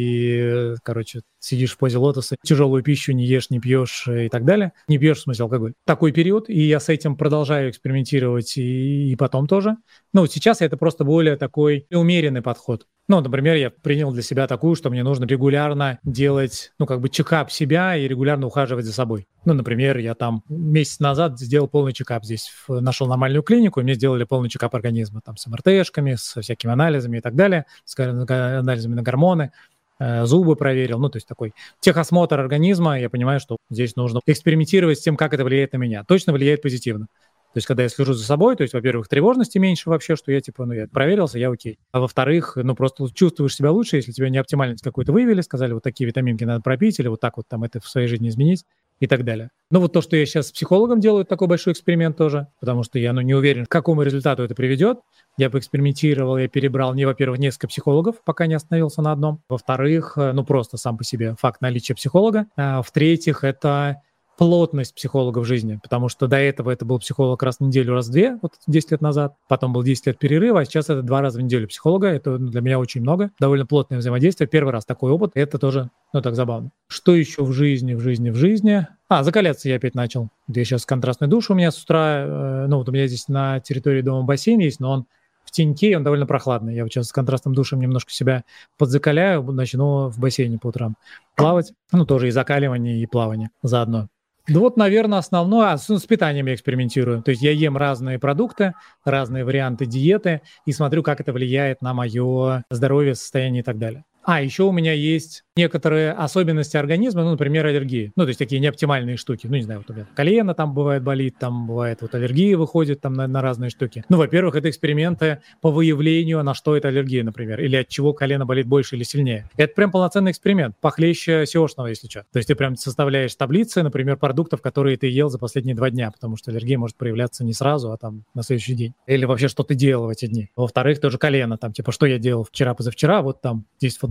и, короче, сидишь в позе лотоса, тяжелую пищу не ешь, не пьешь и так далее. Не пьешь, в смысле, алкоголь. Такой период, и я с этим продолжаю экспериментировать и, и потом тоже. Ну, вот сейчас это просто более такой умеренный подход. Ну, например, я принял для себя такую, что мне нужно регулярно делать, ну, как бы чекап себя и регулярно ухаживать за собой. Ну, например, я там месяц назад сделал полный чекап здесь, нашел нормальную клинику, и мне сделали полный чекап организма, там, с эм эр тэ-шками, со всякими анализами и так далее, с анализами на гормоны, зубы проверил, ну, то есть такой техосмотр организма, я понимаю, что здесь нужно экспериментировать с тем, как это влияет на меня. Точно влияет позитивно. То есть, когда я слежу за собой, то есть, во-первых, тревожности меньше вообще, что я, типа, ну, я проверился, я окей. А во-вторых, ну, просто чувствуешь себя лучше, если тебе неоптимальность какую-то выявили, сказали, вот такие витаминки надо пропить, или вот так вот там это в своей жизни изменить и так далее. Ну, вот то, что я сейчас с психологом делаю, такой большой эксперимент тоже, потому что я, ну, не уверен, к какому результату это приведет. Я поэкспериментировал, я перебрал, не, во-первых, несколько психологов, пока не остановился на одном. Во-вторых, ну, просто сам по себе факт наличия психолога. А в-третьих, это плотность психолога в жизни, потому что до этого это был психолог раз в неделю, раз в две, вот десять лет назад, потом был десять лет перерыва, а сейчас это два раза в неделю психолога, это для меня очень много, довольно плотное взаимодействие, первый раз такой опыт, это тоже, ну, так забавно. Что еще в жизни, в жизни, в жизни? А, закаляться я опять начал, где сейчас контрастный душ у меня с утра, ну, вот у меня здесь на территории дома бассейн есть, но он в теньке, он довольно прохладный. Я вот сейчас с контрастным душем немножко себя подзакаляю, начну в бассейне по утрам плавать, ну, тоже и закаливание, и плавание заодно. Да вот, наверное, основное, а с, с питанием я экспериментирую. То есть я ем разные продукты, разные варианты диеты и смотрю, как это влияет на мое здоровье, состояние и так далее. А, еще у меня есть некоторые особенности организма, ну, например, аллергии. Ну, то есть такие неоптимальные штуки. Ну, не знаю, вот у меня колено там бывает болит, там бывает вот аллергия выходит там на, на разные штуки. Ну, во-первых, это эксперименты по выявлению, на что это аллергия, например, или от чего колено болит больше или сильнее. Это прям полноценный эксперимент, похлеще сеошного, если что. То есть ты прям составляешь таблицы, например, продуктов, которые ты ел за последние два дня, потому что аллергия может проявляться не сразу, а там на следующий день. Или вообще, что ты делал в эти дни. Во-вторых, тоже колено, там, типа, что я делал вчера, позавчера, вот там здесь футбол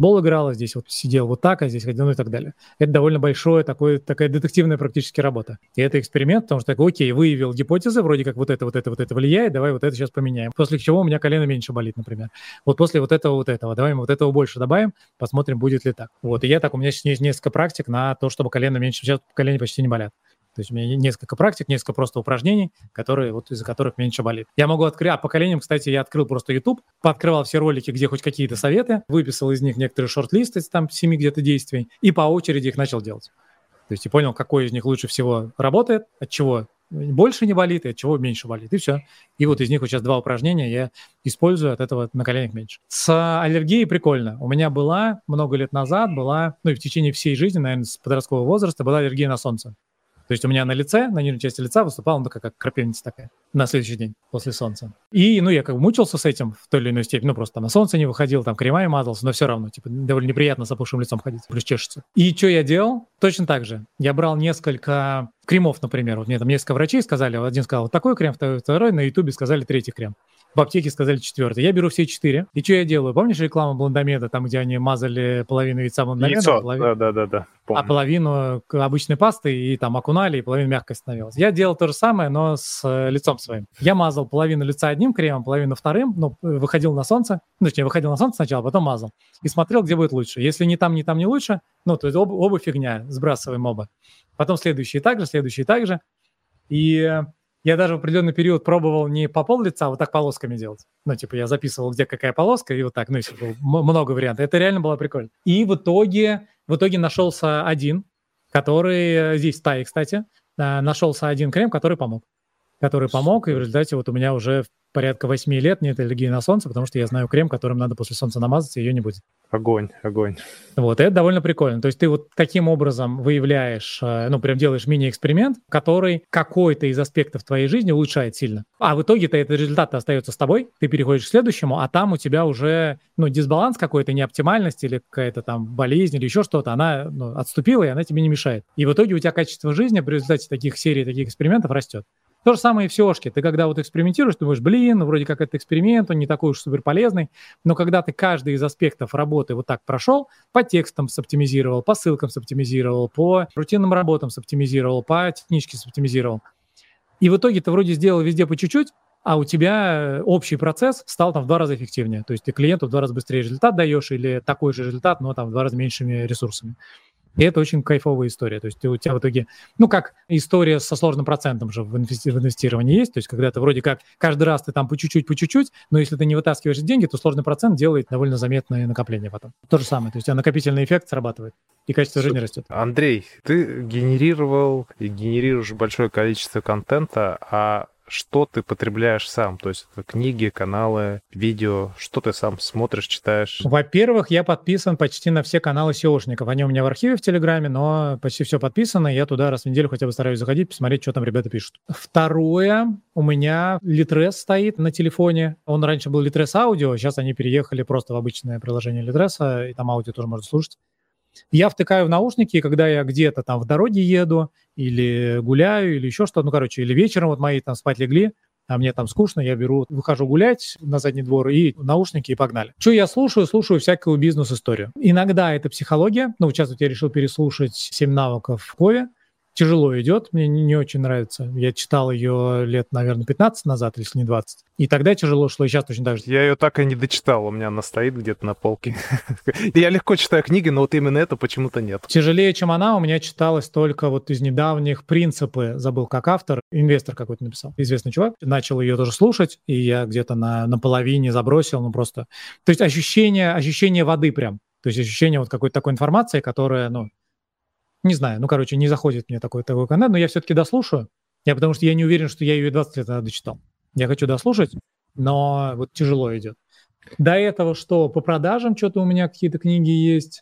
футбол играл, а здесь вот сидел вот так, а здесь ходил, ну и так далее. Это довольно большое, такое, такая детективная практически работа. И это эксперимент, потому что, такой, окей, выявил гипотезы, вроде как вот это, вот это, вот это влияет, давай вот это сейчас поменяем. После чего у меня колено меньше болит, например. Вот после вот этого, вот этого, давай мы вот этого больше добавим, посмотрим, будет ли так. Вот, и я так, у меня сейчас есть несколько практик на то, чтобы колено меньше, сейчас колени почти не болят. То есть у меня несколько практик, несколько просто упражнений, которые, вот из-за которых меньше болит. Я могу открыть, а по коленям, кстати, я открыл просто YouTube, пооткрывал все ролики, где хоть какие-то советы, выписал из них некоторые шорт-листы, там, семи где-то действий, и по очереди их начал делать. То есть я понял, какой из них лучше всего работает, от чего больше не болит и от чего меньше болит, и все. И вот из них вот сейчас два упражнения я использую, от этого на коленях меньше. С аллергией прикольно. У меня была, много лет назад была, ну и в течение всей жизни, наверное, с подросткового возраста, была аллергия на солнце. То есть у меня на лице, на нижней части лица выступала, ну, такая, как крапивница такая, на следующий день после солнца. И, ну, я как бы мучился с этим в той или иной степени, ну, просто там на солнце не выходил, там кремами мазался, но все равно, типа, довольно неприятно с опухшим лицом ходить, плюс чешется. И что я делал? Точно так же. Я брал несколько кремов, например, вот мне там несколько врачей сказали, один сказал вот такой крем, второй, второй, на ютубе сказали третий крем. В аптеке сказали четвертый. Я беру все четыре. И что я делаю? Помнишь рекламу Блондомеда, там, где они мазали половину яйца Блондомеда? Яйцо, половину... да-да-да. А половину обычной пасты и там окунали, и половину мягкой становилась. Я делал то же самое, но с э, лицом своим. Я мазал половину лица одним кремом, половину вторым, ну, выходил на солнце, ну, точнее, выходил на солнце сначала, потом мазал. И смотрел, где будет лучше. Если ни там, ни там не лучше, ну, то есть оба, оба фигня, сбрасываем оба. Потом следующие также, следующие также. И я даже в определенный период пробовал не по пол лица, а вот так полосками делать. Ну, типа, я записывал, где какая полоска, и вот так, ну, если было много вариантов. Это реально было прикольно. И в итоге, в итоге нашелся один, который, здесь в Тае, кстати, нашелся один крем, который помог. Который помог, и в результате вот у меня уже порядка восьми лет нет аллергии на солнце, потому что я знаю крем, которым надо после солнца намазаться, и ее не будет. Огонь, огонь. Вот, и это довольно прикольно. То есть ты вот таким образом выявляешь, ну, прям делаешь мини-эксперимент, который какой-то из аспектов твоей жизни улучшает сильно. А в итоге-то этот результат остается с тобой, ты переходишь к следующему, а там у тебя уже, ну, дисбаланс какой-то, неоптимальность или какая-то там болезнь или еще что-то, она, ну, отступила, и она тебе не мешает. И в итоге у тебя качество жизни при результате таких серий, таких экспериментов растет. То же самое и в сеошке. Ты когда вот экспериментируешь, думаешь, блин, ну, вроде как это эксперимент, он не такой уж супер полезный, но когда ты каждый из аспектов работы вот так прошел, по текстам соптимизировал, по ссылкам соптимизировал, по рутинным работам соптимизировал, по техничке соптимизировал, и в итоге ты вроде сделал везде по чуть-чуть, а у тебя общий процесс стал там в два раза эффективнее. То есть ты клиенту в два раза быстрее результат даешь или такой же результат, но там в два раза меньшими ресурсами. И это очень кайфовая история. То есть ты, у тебя в итоге, ну, как история со сложным процентом же в, инвести- в инвестировании есть. То есть когда ты вроде как каждый раз ты там по чуть-чуть, по чуть-чуть, но если ты не вытаскиваешь деньги, то сложный процент делает довольно заметное накопление потом. То же самое. То есть у тебя накопительный эффект срабатывает, и качество жизни растет. Андрей, ты генерировал и генерируешь большое количество контента, а что ты потребляешь сам? То есть это книги, каналы, видео, что ты сам смотришь, читаешь? Во-первых, я подписан почти на все каналы сеошников. Они у меня в архиве в Телеграме, но почти все подписано. Я туда раз в неделю хотя бы стараюсь заходить, посмотреть, что там ребята пишут. Второе, у меня Litres стоит на телефоне. Он раньше был Litres Audio, сейчас они переехали просто в обычное приложение Litres, и там аудио тоже можно слушать. Я втыкаю в наушники, когда я где-то там в дороге еду, или гуляю, или еще что-то, ну, короче, или вечером вот мои там спать легли, а мне там скучно, я беру, выхожу гулять на задний двор, и наушники, и погнали. Что я слушаю? Слушаю всякую бизнес-историю. Иногда это психология. Ну, сейчас вот я решил переслушать «Семь навыков в Кове». Тяжело идет, мне не, не очень нравится. Я читал ее лет, наверное, пятнадцать назад, если не двадцать. И тогда тяжело шло, и сейчас точно так же. Я ее так и не дочитал, у меня она стоит где-то на полке. Я легко читаю книги, но вот именно это почему-то нет. Тяжелее, чем она, у меня читалось только вот из недавних «Принципы», забыл как автор, инвестор какой-то написал, известный чувак. Начал ее тоже слушать, и я где-то на, на половине забросил, ну просто... То есть ощущение, ощущение воды прям. То есть ощущение вот какой-то такой информации, которая, ну... Не знаю, ну, короче, не заходит мне такой, такой контент, но я все-таки дослушаю. Я потому что я не уверен, что я ее двадцать лет назад дочитал. Я хочу дослушать, но вот тяжело идет. До этого что? По продажам что-то у меня какие-то книги есть.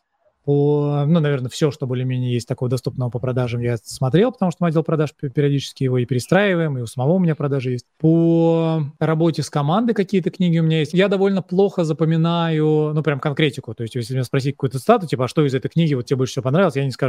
По, ну, наверное, все, что более-менее есть такого доступного по продажам, я смотрел, потому что мы отдел продаж периодически его и перестраиваем, и у самого у меня продажи есть. По работе с командой какие-то книги у меня есть. Я довольно плохо запоминаю, ну, прям конкретику. То есть, если меня спросить какую-то цитату, типа, а что из этой книги вот тебе больше всего понравилось, я не скажу.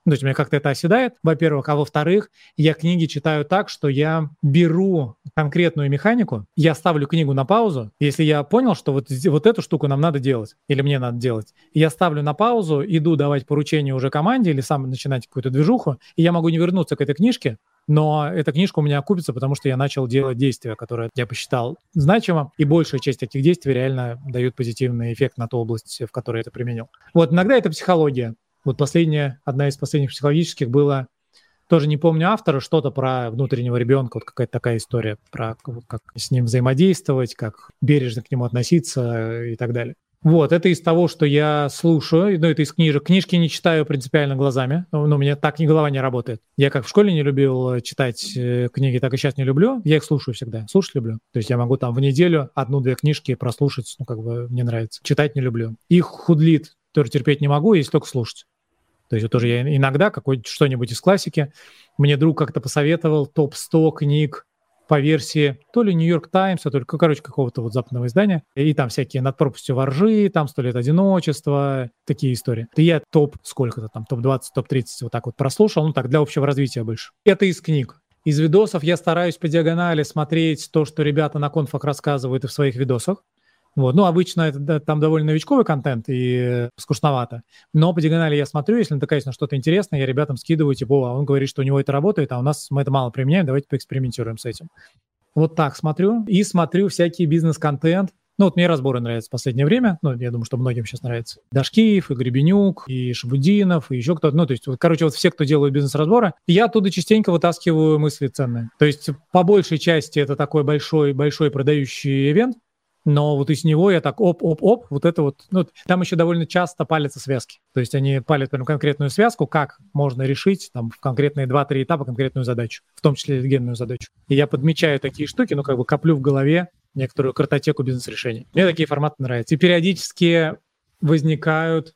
Ну, то есть у меня как-то это оседает, во-первых. А во-вторых, я книги читаю так, что я беру конкретную механику, я ставлю книгу на паузу. Если я понял, что вот, вот эту штуку нам надо делать, или мне надо делать, я ставлю на паузу, иду давать поручение уже команде или сам начинать какую-то движуху, и я могу не вернуться к этой книжке, но эта книжка у меня окупится, потому что я начал делать действия, которые я посчитал значимым, и большая часть этих действий реально дают позитивный эффект на ту область, в которой я это применил. Вот иногда это психология. Вот последняя, одна из последних психологических была, тоже не помню автора, что-то про внутреннего ребенка, вот какая-то такая история, про как с ним взаимодействовать, как бережно к нему относиться и так далее. Вот, это из того, что я слушаю, ну, это из книжек. Книжки не читаю принципиально глазами, но у меня так и голова не работает. Я как в школе не любил читать книги, так и сейчас не люблю. Я их слушаю всегда, слушать люблю. То есть я могу там в неделю одну-две книжки прослушать, ну, как бы мне нравится. Читать не люблю. Их худлит тоже терпеть не могу, если только слушать. То есть вот тоже я иногда какой-то что-нибудь из классики. Мне друг как-то посоветовал топ сто книг по версии то ли Нью-Йорк Таймс, то ли, короче, какого-то вот западного издания. И там всякие «Над пропастью воржи», там «Сто лет одиночества», такие истории. И я топ сколько-то там, топ двадцать, топ тридцать вот так вот прослушал, ну так, для общего развития больше. Это из книг. Из видосов я стараюсь по диагонали смотреть то, что ребята на конфах рассказывают и в своих видосах. Вот. Ну, обычно это да, там довольно новичковый контент и скучновато. Но по диагонали я смотрю, если натыкаюсь на что-то интересное, я ребятам скидываю, типа, о, он говорит, что у него это работает, а у нас мы это мало применяем, давайте поэкспериментируем с этим. Вот так смотрю. И смотрю всякий бизнес-контент. Ну, вот мне разборы нравятся в последнее время. Ну, я думаю, что многим сейчас нравится. Дашкиев, и Гребенюк, и Шабудинов, и еще кто-то. Ну, то есть, вот, короче, вот все, кто делают бизнес-разборы, я оттуда частенько вытаскиваю мысли ценные. То есть, по большей части это такой большой-большой продающий ивент. Но вот из него я так оп-оп-оп, вот это вот, ну, там еще довольно часто палятся связки. То есть они палят прям конкретную связку, как можно решить там в конкретные два-три этапа конкретную задачу, в том числе легенную задачу. И я подмечаю такие штуки, ну, как бы коплю в голове некоторую картотеку бизнес-решений. Мне такие форматы нравятся. И периодически возникают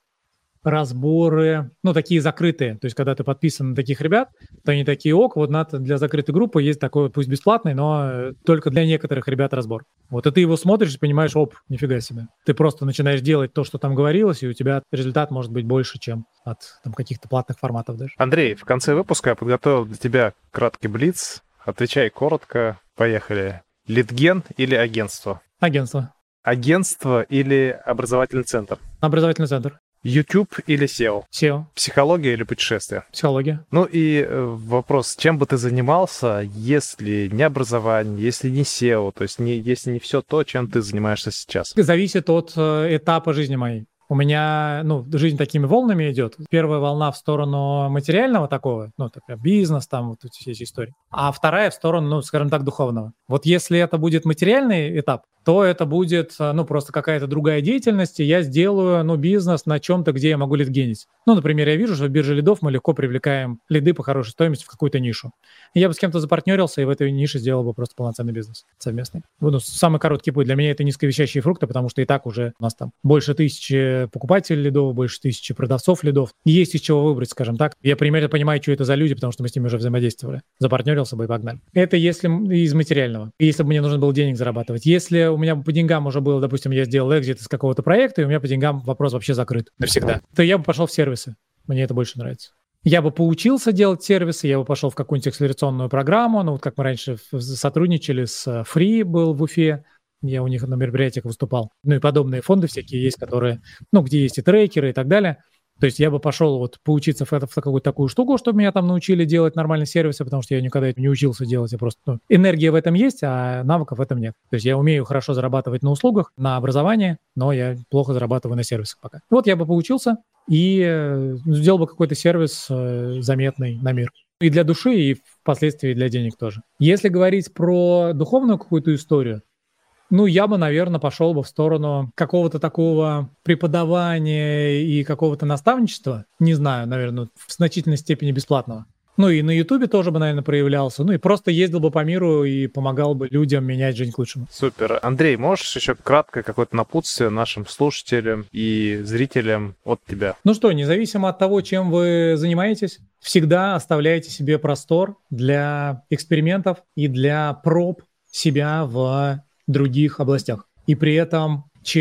разборы, ну, такие закрытые. То есть, когда ты подписан на таких ребят, то они такие, ок, вот надо для закрытой группы есть такой, пусть бесплатный, но только для некоторых ребят разбор. Вот, и ты его смотришь и понимаешь, оп, нифига себе. Ты просто начинаешь делать то, что там говорилось, и у тебя результат может быть больше, чем от там, каких-то платных форматов даже. Андрей, в конце выпуска я подготовил для тебя краткий блиц. Отвечай коротко. Поехали. Литген или агентство? Агентство. Агентство или образовательный центр? Образовательный центр. YouTube или сео? сео. Психология или путешествия? Психология. Ну и вопрос, чем бы ты занимался, если не образование, если не сео, то есть не, если не все то, чем ты занимаешься сейчас? Зависит от э, этапа жизни моей. У меня, ну, жизнь такими волнами идет. Первая волна в сторону материального такого, ну, такая бизнес, там вот эти все эти истории. А вторая в сторону, ну, скажем так, духовного. Вот если это будет материальный этап, то это будет, ну, просто какая-то другая деятельность, и я сделаю, ну, бизнес на чем-то, где я могу лидгенить. Ну, например, я вижу, что в бирже лидов мы легко привлекаем лиды по хорошей стоимости в какую-то нишу. И я бы с кем-то запартнерился, и в этой нише сделал бы просто полноценный бизнес совместный. Ну, самый короткий путь для меня — это низковещащие фрукты, потому что и так уже у нас там больше тысячи покупателей лидов, больше тысячи продавцов лидов. И есть из чего выбрать, скажем так. Я примерно понимаю, что это за люди, потому что мы с ними уже взаимодействовали. Запартнерился бы и погнали. Это если из материального. Если бы мне нужно было денег зарабатывать. Если у меня по деньгам уже было, допустим, я сделал экзит из какого-то проекта, и у меня по деньгам вопрос вообще закрыт навсегда, то я бы пошел в сервисы. Мне это больше нравится. Я бы поучился делать сервисы, я бы пошел в какую-нибудь акселерационную программу, ну вот как мы раньше сотрудничали с Free, был в Уфе, я у них на мероприятиях выступал. Ну и подобные фонды всякие есть, которые, ну где есть и трекеры и так далее. То есть я бы пошел вот поучиться в, это, в какую-то такую штуку, чтобы меня там научили делать нормальные сервисы, потому что я никогда не учился делать, я просто... Ну, энергия в этом есть, а навыков в этом нет. То есть я умею хорошо зарабатывать на услугах, на образовании, но я плохо зарабатываю на сервисах пока. Вот я бы поучился и э, сделал бы какой-то сервис э, заметный на мир. И для души, и впоследствии для денег тоже. Если говорить про духовную какую-то историю, ну, я бы, наверное, пошел бы в сторону какого-то такого преподавания и какого-то наставничества. Не знаю, наверное, в значительной степени бесплатного. Ну, и на Ютубе тоже бы, наверное, проявлялся. Ну, и просто ездил бы по миру и помогал бы людям менять жизнь к лучшему. Супер. Андрей, можешь еще кратко какое-то напутствие нашим слушателям и зрителям от тебя? Ну что, независимо от того, чем вы занимаетесь, всегда оставляйте себе простор для экспериментов и для проб себя в других областях. И при этом, чем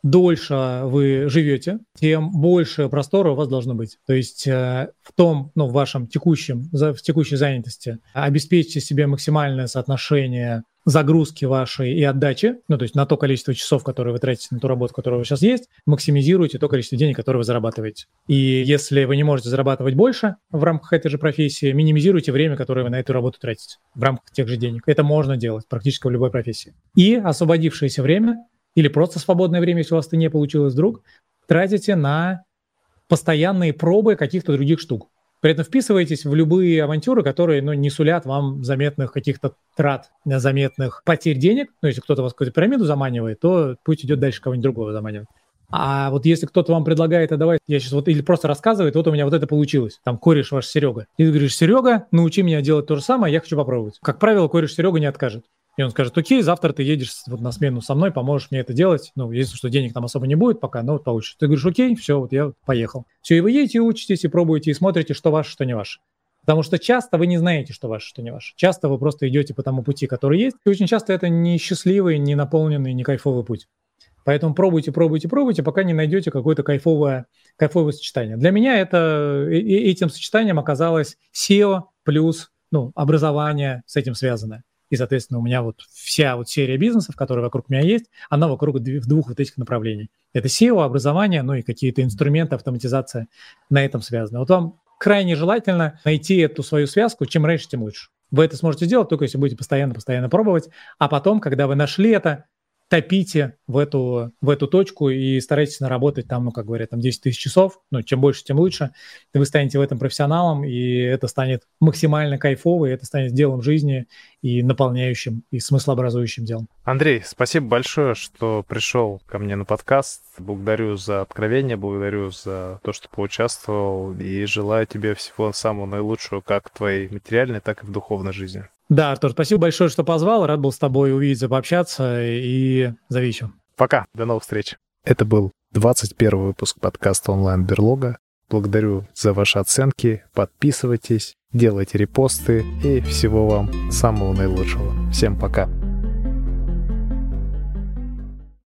дольше вы живете, тем больше простора у вас должно быть. То есть э, в том, ну, в вашем текущем, в текущей занятости обеспечьте себе максимальное соотношение загрузки вашей и отдачи, ну, то есть на то количество часов, которые вы тратите на ту работу, которая у вас сейчас есть, максимизируйте то количество денег, которое вы зарабатываете. И если вы не можете зарабатывать больше в рамках этой же профессии, минимизируйте время, которое вы на эту работу тратите в рамках тех же денег. Это можно делать практически в любой профессии. И освободившееся время или просто свободное время, если у вас это не получилось вдруг, тратите на постоянные пробы каких-то других штук. При этом вписывайтесь в любые авантюры, которые, ну, не сулят вам заметных каких-то трат, заметных потерь денег. Ну, если кто-то вас в какую-то пирамиду заманивает, то пусть идет дальше кого-нибудь другого заманивать. А вот если кто-то вам предлагает, а давай, я сейчас вот, или просто рассказывает, вот у меня вот это получилось, там кореш ваш Серега. И ты говоришь: Серега, научи меня делать то же самое, я хочу попробовать. Как правило, кореш Серега не откажет. И он скажет: окей, завтра ты едешь вот на смену со мной, поможешь мне это делать. Ну, если что, денег там особо не будет пока, но вот получишь. Ты говоришь: окей, все, вот я поехал. Все, и вы едете, и учитесь, и пробуете, и смотрите, что ваше, что не ваше. Потому что часто вы не знаете, что ваше, что не ваше. Часто вы просто идете по тому пути, который есть. И очень часто это не счастливый, не наполненный, не кайфовый путь. Поэтому пробуйте, пробуйте, пробуйте, пока не найдете какое-то кайфовое, кайфовое сочетание. Для меня это, этим сочетанием оказалось сео плюс, ну, образование с этим связанное. И, соответственно, у меня вот вся вот серия бизнесов, которые вокруг меня есть, она вокруг двух вот этих направлений. Это сео, образование, ну и какие-то инструменты, автоматизация на этом связаны. Вот вам крайне желательно найти эту свою связку, чем раньше, тем лучше. Вы это сможете сделать только если будете постоянно-постоянно пробовать, а потом, когда вы нашли это, топите в эту, в эту точку и старайтесь наработать там, ну, как говорят, там десять тысяч часов. Ну, чем больше, тем лучше. Вы станете в этом профессионалом, и это станет максимально кайфово, и это станет делом жизни и наполняющим, и смыслообразующим делом. Андрей, спасибо большое, что пришел ко мне на подкаст. Благодарю за откровение, благодарю за то, что поучаствовал, и желаю тебе всего самого наилучшего как в твоей материальной, так и в духовной жизни. Да, Артур, спасибо большое, что позвал. Рад был с тобой увидеться, пообщаться, и зови еще. Пока, до новых встреч. Это был двадцать первый выпуск подкаста «Онлайн-берлога». Благодарю за ваши оценки. Подписывайтесь, делайте репосты и всего вам самого наилучшего. Всем пока.